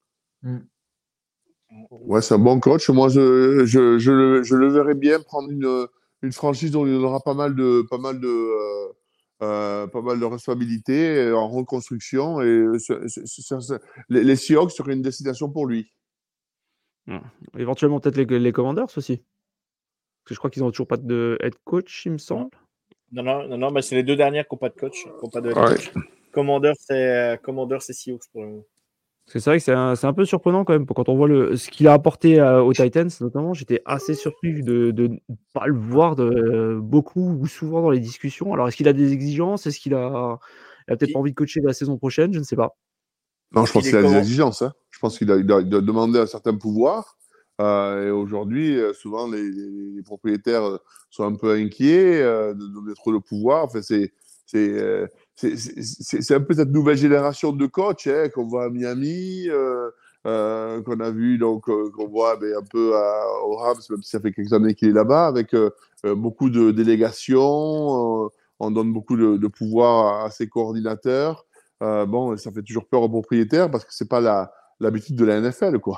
Ouais, c'est un bon coach. Moi, je, je, je, le, je le verrais bien prendre une, une franchise dont il aura pas mal de, pas mal de, euh, euh, pas mal de responsabilités euh, en reconstruction. Et euh, ce- ce- ce- ce- les, les Seahawks seraient une destination pour lui. Hmm. Éventuellement peut-être les, les Commanders aussi. Parce que je crois qu'ils n'ont toujours pas de head coach, il me semble. Non, non, non, non, bah, c'est les deux dernières qui n'ont pas de coach, qui n'ont pas de head Ouais. coach. Commander, c'est, euh, Commander, c'est Seahawks pour le moment. Parce que c'est vrai que c'est un, c'est un peu surprenant quand même. Quand on voit le, ce qu'il a apporté euh, aux Titans, notamment, j'étais assez surpris de ne pas le voir de, euh, beaucoup ou souvent dans les discussions. Alors, est-ce qu'il a des exigences? Est-ce qu'il a, il a peut-être Il- pas envie de coacher la saison prochaine? Je ne sais pas. Non, je pense Il est qu'il a des comment exigences. Hein. Je pense qu'il a, il a, il a demandé un certain pouvoir. Euh, et aujourd'hui, euh, souvent, les, les- les propriétaires euh, sont un peu inquiets euh, de de donner trop de pouvoir. Enfin, c'est, c'est, euh, c'est, c'est, c'est- c'est un peu cette nouvelle génération de coachs hein, qu'on voit à Miami, euh, euh, qu'on a vu, donc, euh, qu'on voit ben, un peu à, au Rams, même si ça fait quelques années qu'il est là-bas, avec euh, euh, beaucoup de délégations. Euh, on donne beaucoup de, de pouvoir à, à ses coordinateurs. Euh, bon, ça fait toujours peur aux propriétaires parce que c'est pas la, l'habitude de la N F L, quoi.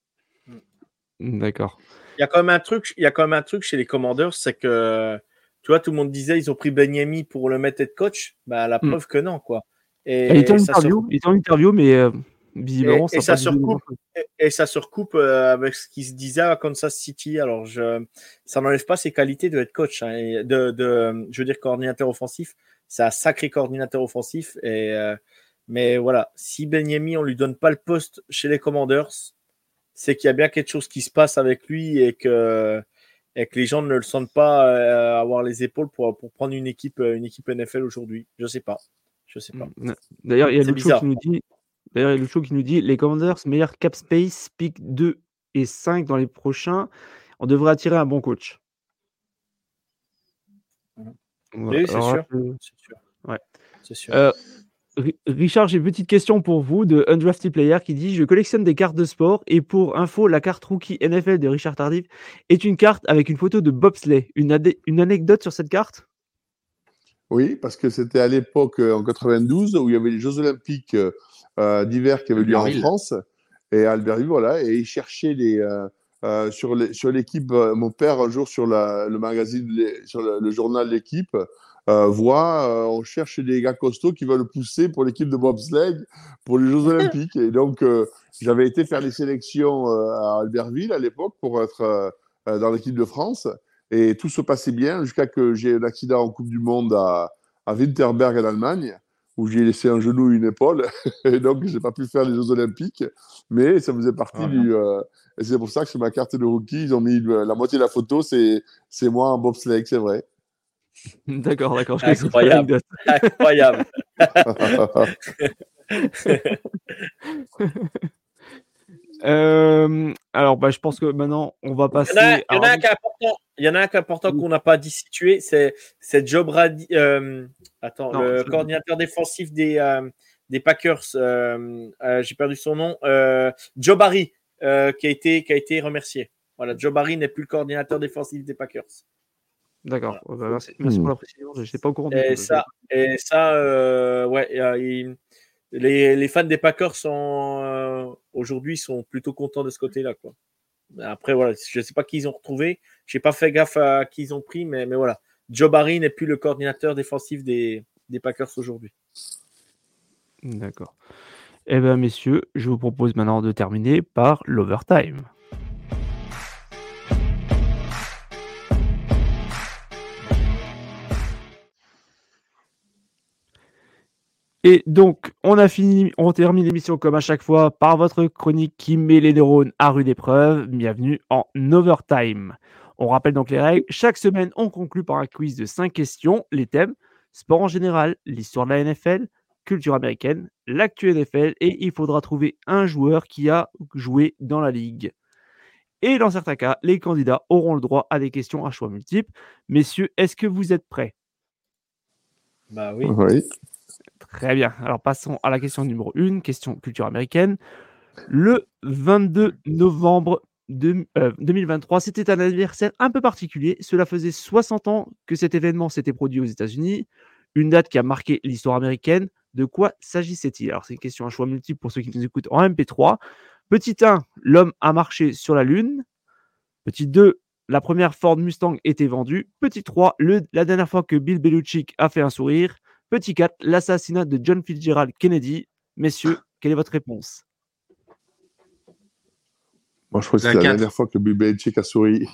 D'accord. Il y a quand même un truc, il y a quand même un truc chez les Commanders, c'est que, tu vois, tout le monde disait ils ont pris Benyami pour le mettre head coach. Bah, la Hmm. preuve que non, quoi. Et il était en Et ça se, interview, il était en interview, mais euh, visiblement, et, ça et n'a pas ça se dit recoupe, et, et ça se recoupe euh, avec ce qui se disait à Kansas City. Alors, je, ça n'enlève pas ses qualités de head coach, hein, et de, de, je veux dire, coordinateur offensif. C'est un sacré coordinateur offensif. Et, euh, mais voilà, si Benyami, on lui donne pas le poste chez les Commanders, c'est qu'il y a bien quelque chose qui se passe avec lui et que, et que les gens ne le sentent pas euh, avoir les épaules pour, pour prendre une équipe, une équipe N F L aujourd'hui. Je sais pas. Je sais pas. Hmm. D'ailleurs, il y a C'est Lucho bizarre. qui nous dit, d'ailleurs, il y a Lucho qui nous dit, les Commanders, meilleur cap space, pick deux et cinq dans les prochains. On devrait attirer un bon coach. Voilà. Oui, c'est Alors là, sûr. je- C'est sûr. Ouais. C'est sûr. Euh, Ri- Richard, j'ai une petite question pour vous de Undrafted Player qui dit: je collectionne des cartes de sport et pour info, la carte rookie N F L de Richard Tardif est une carte avec une photo de bobsleigh. Une, adé- une anecdote sur cette carte? Oui, parce que c'était à l'époque, euh, en quatre-vingt-douze, où il y avait les Jeux Olympiques euh, euh, d'hiver qui avaient lieu en Albertville. France. Et à Albertville, voilà, et ils cherchaient les, euh, euh, sur les- sur l'équipe. euh, mon père, un jour, sur la- le magazine, les- sur le, le journal L'équipe, euh, voit, euh, on cherche des gars costauds qui veulent pousser pour l'équipe de bobsleigh pour les Jeux Olympiques. Et donc, euh, j'avais été faire les sélections euh, à Albertville à l'époque pour être euh, euh, dans l'équipe de France. Et tout se passait bien jusqu'à que j'ai un accident en Coupe du Monde à, à Winterberg en Allemagne, où j'ai laissé un genou et une épaule. Et donc, je n'ai pas pu faire les Jeux Olympiques. Mais ça faisait partie Ah, du. Euh, et c'est pour ça que sur ma carte de rookie, ils ont mis le- la moitié de la photo, c'est, c'est moi en bobsleigh, c'est vrai. D'accord, d'accord. Je connaissais pas Incroyable. l'anecdote. Incroyable. Euh, alors, bah, je pense que maintenant, on va Il y en a, passer il y en à. a un qui est important. Il y en a un qui est important Oui. qu'on n'a pas dit situé, c'est, c'est Joe Brady. euh, attends, Non, le je- coordinateur défensif des, euh, des Packers. euh, euh, j'ai perdu son nom. Euh, Joe Barry, euh, qui a été, qui a été remercié. Voilà, Joe Barry n'est plus le coordinateur défensif des Packers. D'accord. Voilà. Ouais, bah, merci, merci pour la précision. Je n'étais pas au courant du tout. Et ça, et ça, euh, ouais, euh, il- les, les fans des Packers sont euh, aujourd'hui sont plutôt contents de ce côté-là, quoi. Après, voilà, je ne sais pas qui ils ont retrouvé. Je n'ai pas fait gaffe à qui ils ont pris, mais, mais voilà. Joe Barry n'est plus le coordinateur défensif des, des Packers aujourd'hui. D'accord. Eh bien, messieurs, je vous propose maintenant de terminer par l'overtime. Et donc, on a fini, on termine l'émission comme à chaque fois par votre chronique qui met les neurones à rude épreuve. Bienvenue en overtime. On rappelle donc les règles. Chaque semaine, on conclut par un quiz de cinq questions. Les thèmes, sport en général, l'histoire de la N F L, culture américaine, l'actu N F L, et il faudra trouver un joueur qui a joué dans la ligue. Et dans certains cas, les candidats auront le droit à des questions à choix multiples. Messieurs, est-ce que vous êtes prêts? Bah oui. Oui. Très bien. Alors passons à la question numéro un, question culture américaine. Le vingt-deux novembre de, euh, deux mille vingt-trois, c'était un anniversaire un peu particulier. Cela faisait soixante ans que cet événement s'était produit aux États-Unis. Une date qui a marqué l'histoire américaine. De quoi s'agissait-il? Alors c'est une question à choix multiple pour ceux qui nous écoutent en M P trois. Petit un, l'homme a marché sur la Lune. Petit deux, la première Ford Mustang était vendue. Petit trois, le, la dernière fois que Bill Belichick a fait un sourire. Petit quatre, l'assassinat de John Fitzgerald Kennedy. Messieurs, quelle est votre réponse? Moi, je crois que La c'est la quatre. dernière fois que Bill Belichick a souri.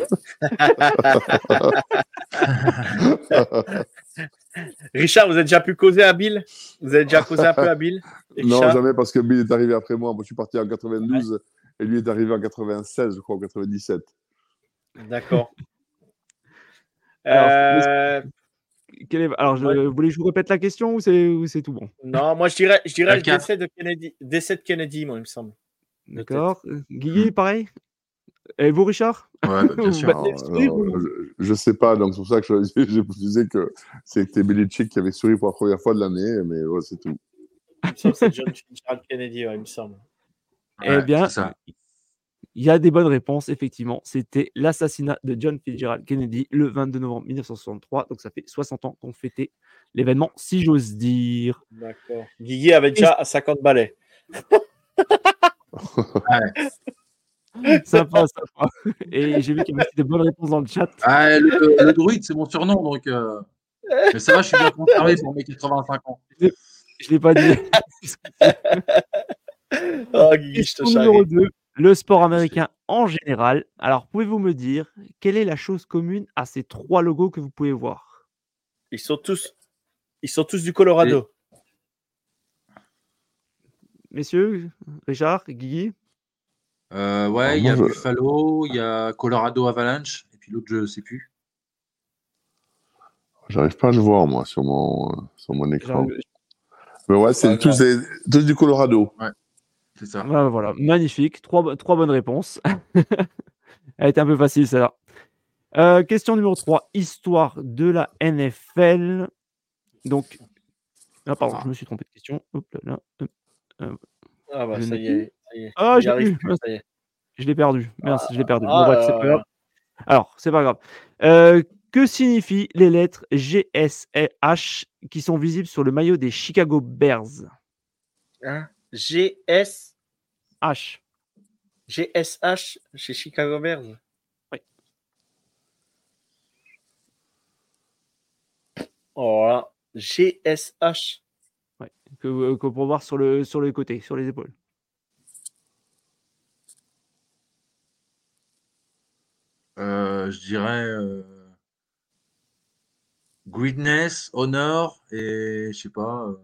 Richard, vous avez déjà pu causer à Bill? Vous avez déjà causé un peu à Bill? Non, Richard jamais, parce que Bill est arrivé après moi. Moi, je suis parti en quatre-vingt-douze et lui est arrivé en quatre-vingt-seize, je crois, en quatre-vingt-dix-sept. D'accord. Alors, Euh, Quelle est- Alors, je Ouais. vous voulez que je vous répète la question ou c'est ou c'est tout bon? Non, moi je dirais, je dirais La le quatre. décès de Kennedy, décès de Kennedy, moi il me semble. D'accord. Euh, Guigui, pareil? Et vous, Richard? Ouais, bah, bien Vous sûr. battez le Non, sourire non, ou non? je, je sais pas, donc c'est pour ça que je, j'ai précisé que c'était Belichick qui avait souri pour la première fois de l'année, mais ouais, c'est tout. Il me semble que c'est John Fitzgerald Kennedy, ouais, il me semble. Eh Ouais, bien, c'est ça. il y a des bonnes réponses, effectivement. C'était l'assassinat de John Fitzgerald Kennedy le vingt-deux novembre mille neuf cent soixante-trois. Donc, ça fait soixante ans qu'on fêtait l'événement, si j'ose dire. D'accord. Guigui avait déjà à cinquante balais. Sympa, sympa. Et j'ai vu qu'il y avait aussi des bonnes réponses dans le chat. Ah, le, le druide, c'est mon surnom, donc. euh, Mais ça va, je suis bien conservé pour mes quatre-vingt-cinq ans. Je ne l'ai pas dit. Oh, Guigui, je te Question numéro charrie. deux. Le sport américain en général. Alors, pouvez-vous me dire quelle est la chose commune à ces trois logos que vous pouvez voir? Ils sont tous, ils sont tous du Colorado. Messieurs, Richard, Guigui? Euh, ouais, Alors, il y a moi, je- Buffalo, il y a Colorado Avalanche, et puis l'autre, je sais plus. J'arrive pas à le voir, moi, sur mon, euh, sur mon écran. J'arrive- Mais ouais, c'est Pas tous, des- tous du Colorado. C'est ça. Voilà, voilà, magnifique. Trois, bo- trois bonnes réponses. Elle était un peu facile, celle-là. Euh, question numéro trois. Histoire de la N F L. Donc, ah, pardon, je me suis trompé de question. Hop là, là, hop. Ah bah Je ça n'ai y est, ça y est. Ah, Il je y l'ai arrive plus. plus, ça y est. Je l'ai perdu. Mince, je l'ai perdu. Ah, Bon, bref, c'est euh, pas grave. Alors, c'est pas grave. Euh, que signifient les lettres G S H qui sont visibles sur le maillot des Chicago Bears? hein, G S, H. G S H chez Chicago Bears. Oui. Oh là, G S H. Que, que pour voir sur le, sur les côtés, sur les épaules. Euh, je dirais euh, greedness, honor, et je sais pas. euh,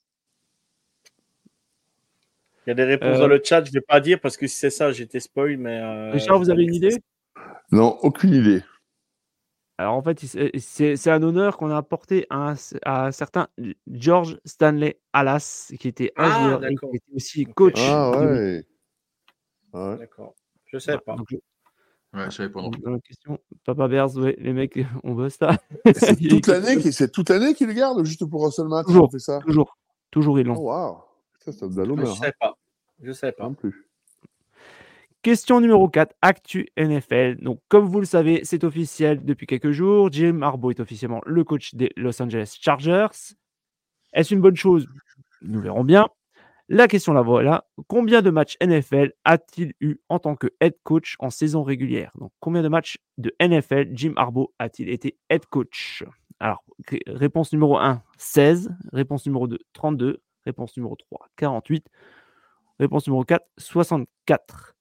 Il y a des réponses Euh, dans le chat, je ne vais pas dire parce que si c'est ça, j'étais spoil, mais. euh, Richard, je vous vais avez pas une dire que idée? Non, aucune idée. Alors en fait, il- c'est c'est un honneur qu'on a apporté à un, à un certain George Stanley Halas, qui était Ah, ingénieur et d'accord. qui était aussi Ok. coach. Ah de- ouais. Ouais. D'accord. Je sais Voilà, pas. donc, je- Ouais, je savais pas non donc, plus. dans la question, Papa Bears, ouais, les mecs, on bosse là. C'est Il- toute l'année qu'ils c'est toute l'année qu'ils le gardent, ou juste pour un seul match Toujours. on fait ça. Toujours, toujours ils Oh l'ont. waouh. Ça, ça me donne Je l'honneur. sais pas. Je sais pas. Non plus. Question numéro quatre, Actu N F L. Donc, comme vous le savez, c'est officiel depuis quelques jours. Jim Harbaugh est officiellement le coach des Los Angeles Chargers. Est-ce une bonne chose? Nous verrons bien. La question la voilà. Combien de matchs N F L a-t-il eu en tant que head coach en saison régulière? Donc, combien de matchs de N F L Jim Harbaugh a-t-il été head coach? Alors, réponse numéro un, seize. Réponse numéro deux, trente-deux. Réponse numéro trois, quarante-huit. Réponse numéro quatre, soixante-quatre.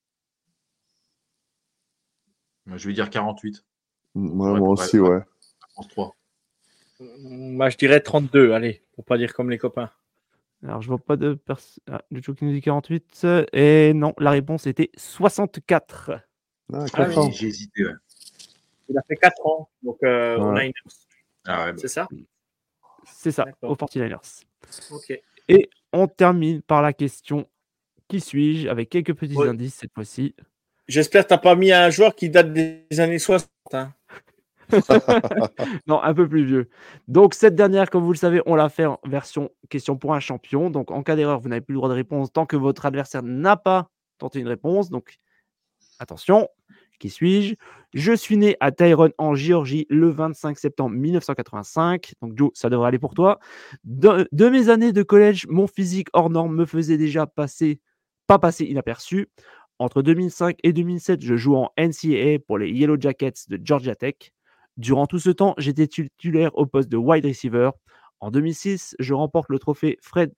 Je vais dire quarante-huit. Moi, Ouais, moi ouais, aussi, ouais. ouais. Réponse trois. Moi, je dirais trente-deux, allez, pour pas dire comme les copains. Alors, je vois pas de personne. Ah, Joe qui nous dit quarante-huit. Et non, la réponse était soixante-quatre. Ah, Ah quatre oui. ans. J'ai hésité, ouais. Il a fait quatre ans, donc euh, Ouais. on a une. Ah ouais, bah. C'est ça? C'est ça, D'accord. aux forty-niners. Ok. Et on termine par la question qui suis-je avec quelques petits Ouais. indices cette fois-ci. J'espère que tu n'as pas mis un joueur qui date des années soixante. Hein. Non, un peu plus vieux. Donc, cette dernière, comme vous le savez, on l'a fait en version question pour un champion. Donc, en cas d'erreur, vous n'avez plus le droit de réponse tant que votre adversaire n'a pas tenté une réponse. Donc, attention, qui suis-je? Je suis né à Tyrone en Géorgie le vingt-cinq septembre mille neuf cent quatre-vingt-cinq. Donc, Joe, ça devrait aller pour toi. De, de mes années de collège, mon physique hors norme me faisait déjà passer, pas passer inaperçu. Entre deux mille cinq et deux mille sept, je joue en N C A A pour les Yellow Jackets de Georgia Tech. Durant tout ce temps, j'étais titulaire au poste de wide receiver. En deux mille six, je remporte le trophée Fred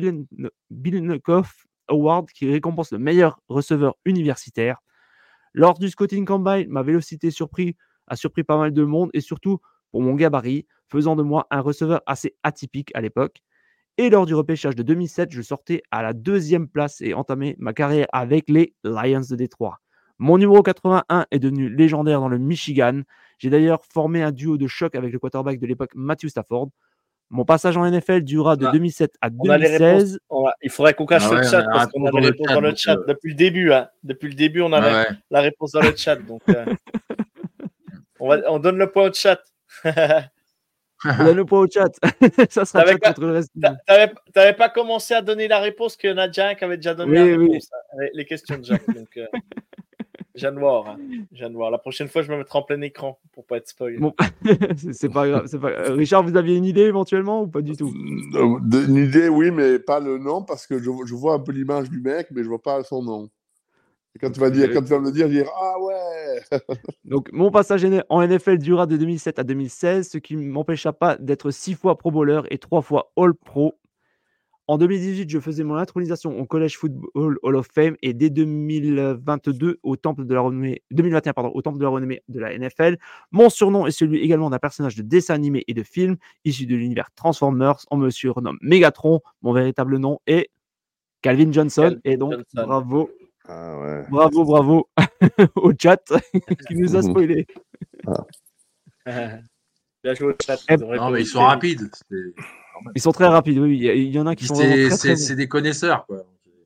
Bilenkoff Award qui récompense le meilleur receveur universitaire. Lors du scouting combine, ma vélocité surpris, a surpris pas mal de monde et surtout pour mon gabarit, faisant de moi un receveur assez atypique à l'époque. Et lors du repêchage de deux mille sept, je sortais à la deuxième place et entamais ma carrière avec les Lions de Détroit. Mon numéro quatre-vingt-un est devenu légendaire dans le Michigan. J'ai d'ailleurs formé un duo de choc avec le quarterback de l'époque Matthew Stafford. Mon passage en N F L durera de On a- deux mille sept à On a les réponses. deux mille seize. On a- Il faudrait qu'on cache Ah ouais, le on chat a la parce qu'on a réponse les dans le réponses chat, dans le donc, chat. euh, Depuis le début, hein. Depuis le début, on avait Ouais, ouais. la réponse dans le chat. Donc, euh, on, va- on donne le point au chat. On donne le point au chat. Ça sera T'avais chat pas- contre le reste. du T'a- monde. T'avais t'avais pas commencé à donner la réponse qu'il y en a déjà un qui avait déjà donné Oui, la oui. réponse. hein, les- Les questions de Jacques. Donc, euh, je viens de voir. hein. Je viens de voir. La prochaine fois, je me mettrai en plein écran pour pas être spoil. Bon, c'est c'est pas grave. c'est pas... euh, Richard, vous aviez une idée éventuellement ou pas du tout? Euh, de- Une idée, oui, mais pas le nom, parce que je, je vois un peu l'image du mec, mais je vois pas son nom. Et quand tu vas, dire, quand tu vas me le dire, je vais dire ah ouais. Donc, mon passage en N F L durera de deux mille sept à deux mille seize, ce qui ne m'empêcha pas d'être six fois Pro Bowler et trois fois All Pro. En deux mille dix-huit, je faisais mon intronisation au College Football Hall of Fame et dès deux mille vingt-deux, au temple de la renommée, deux mille vingt et un, pardon, au temple de la renommée de la N F L. Mon surnom est celui également d'un personnage de dessin animé et de film issu de l'univers Transformers. On me surnomme Megatron. Mon véritable nom est Calvin Johnson. Calvin et donc, Johnson. bravo, Ah ouais. bravo, bravo au chat qui nous a spoilé. Bien joué au chat. Eh, Ils ont Non, répondu mais ils sont très vite. rapides. C'était- Ils sont très rapides, oui. Il y, il y en a qui sont vraiment C'est très, très c'est- bons. c'est des connaisseurs, quoi.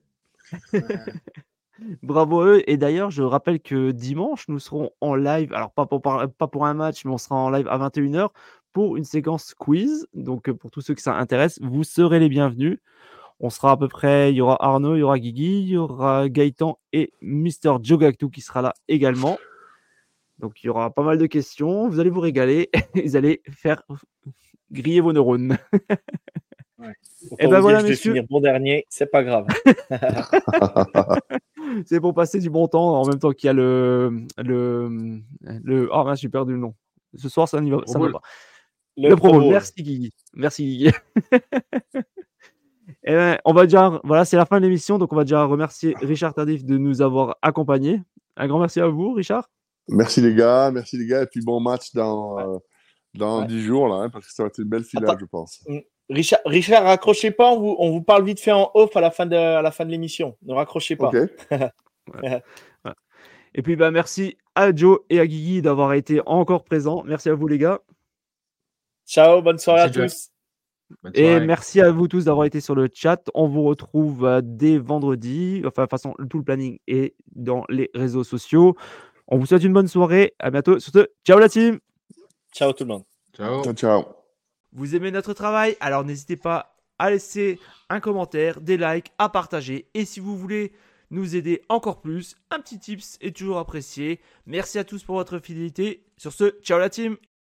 Bravo à eux. Et d'ailleurs, je rappelle que dimanche, nous serons en live. Alors, pas pour, par- pas pour un match, mais on sera en live à vingt et une heures pour une séquence quiz. Donc, euh, pour tous ceux que ça intéresse, vous serez les bienvenus. On sera à peu près, il y aura Arnaud, il y aura Guigui, il y aura Gaëtan et Mister Jogactu qui sera là également. Donc, il y aura pas mal de questions. Vous allez vous régaler. Vous allez faire griller vos neurones. Faut Eh pas ben vous voilà, dire que je vais messieurs. finir bon dernier, c'est pas grave. C'est pour passer du bon temps en même temps qu'il y a le. le, le... Oh mince, j'ai perdu le nom. Ce soir, ça n'y va, ça va Bowl. pas. Le, Le Pro Bowl. Bowl. Merci Guigui. Merci Guigui. Eh ben, on va déjà, voilà, c'est la fin de l'émission, donc on va déjà remercier Richard Tardif de nous avoir accompagnés. Un grand merci à vous, Richard. Merci les gars, merci les gars, et puis bon match dans, euh, dans Ouais. dix jours, là, hein, parce que ça va être une belle finale, Attends. je pense. Richard, Richard, raccrochez pas, on vous, on vous parle vite fait en off à la fin de, à la fin de l'émission. Ne raccrochez pas. Ok. Et puis, bah, merci à Joe et à Guigui d'avoir été encore présents. Merci à vous, les gars. Ciao, bonne soirée Merci, à Jack. tous. Bonne Et soirée. merci à vous tous d'avoir été sur le chat. On vous retrouve euh, dès vendredi. Enfin, de toute façon, tout le planning est dans les réseaux sociaux. On vous souhaite une bonne soirée. À bientôt. Sur ce, ciao la team. Ciao tout le monde. Ciao. Ciao, ciao. Vous aimez notre travail? Alors n'hésitez pas à laisser un commentaire, des likes, à partager. Et si vous voulez nous aider encore plus, un petit tips est toujours apprécié. Merci à tous pour votre fidélité. Sur ce, ciao la team!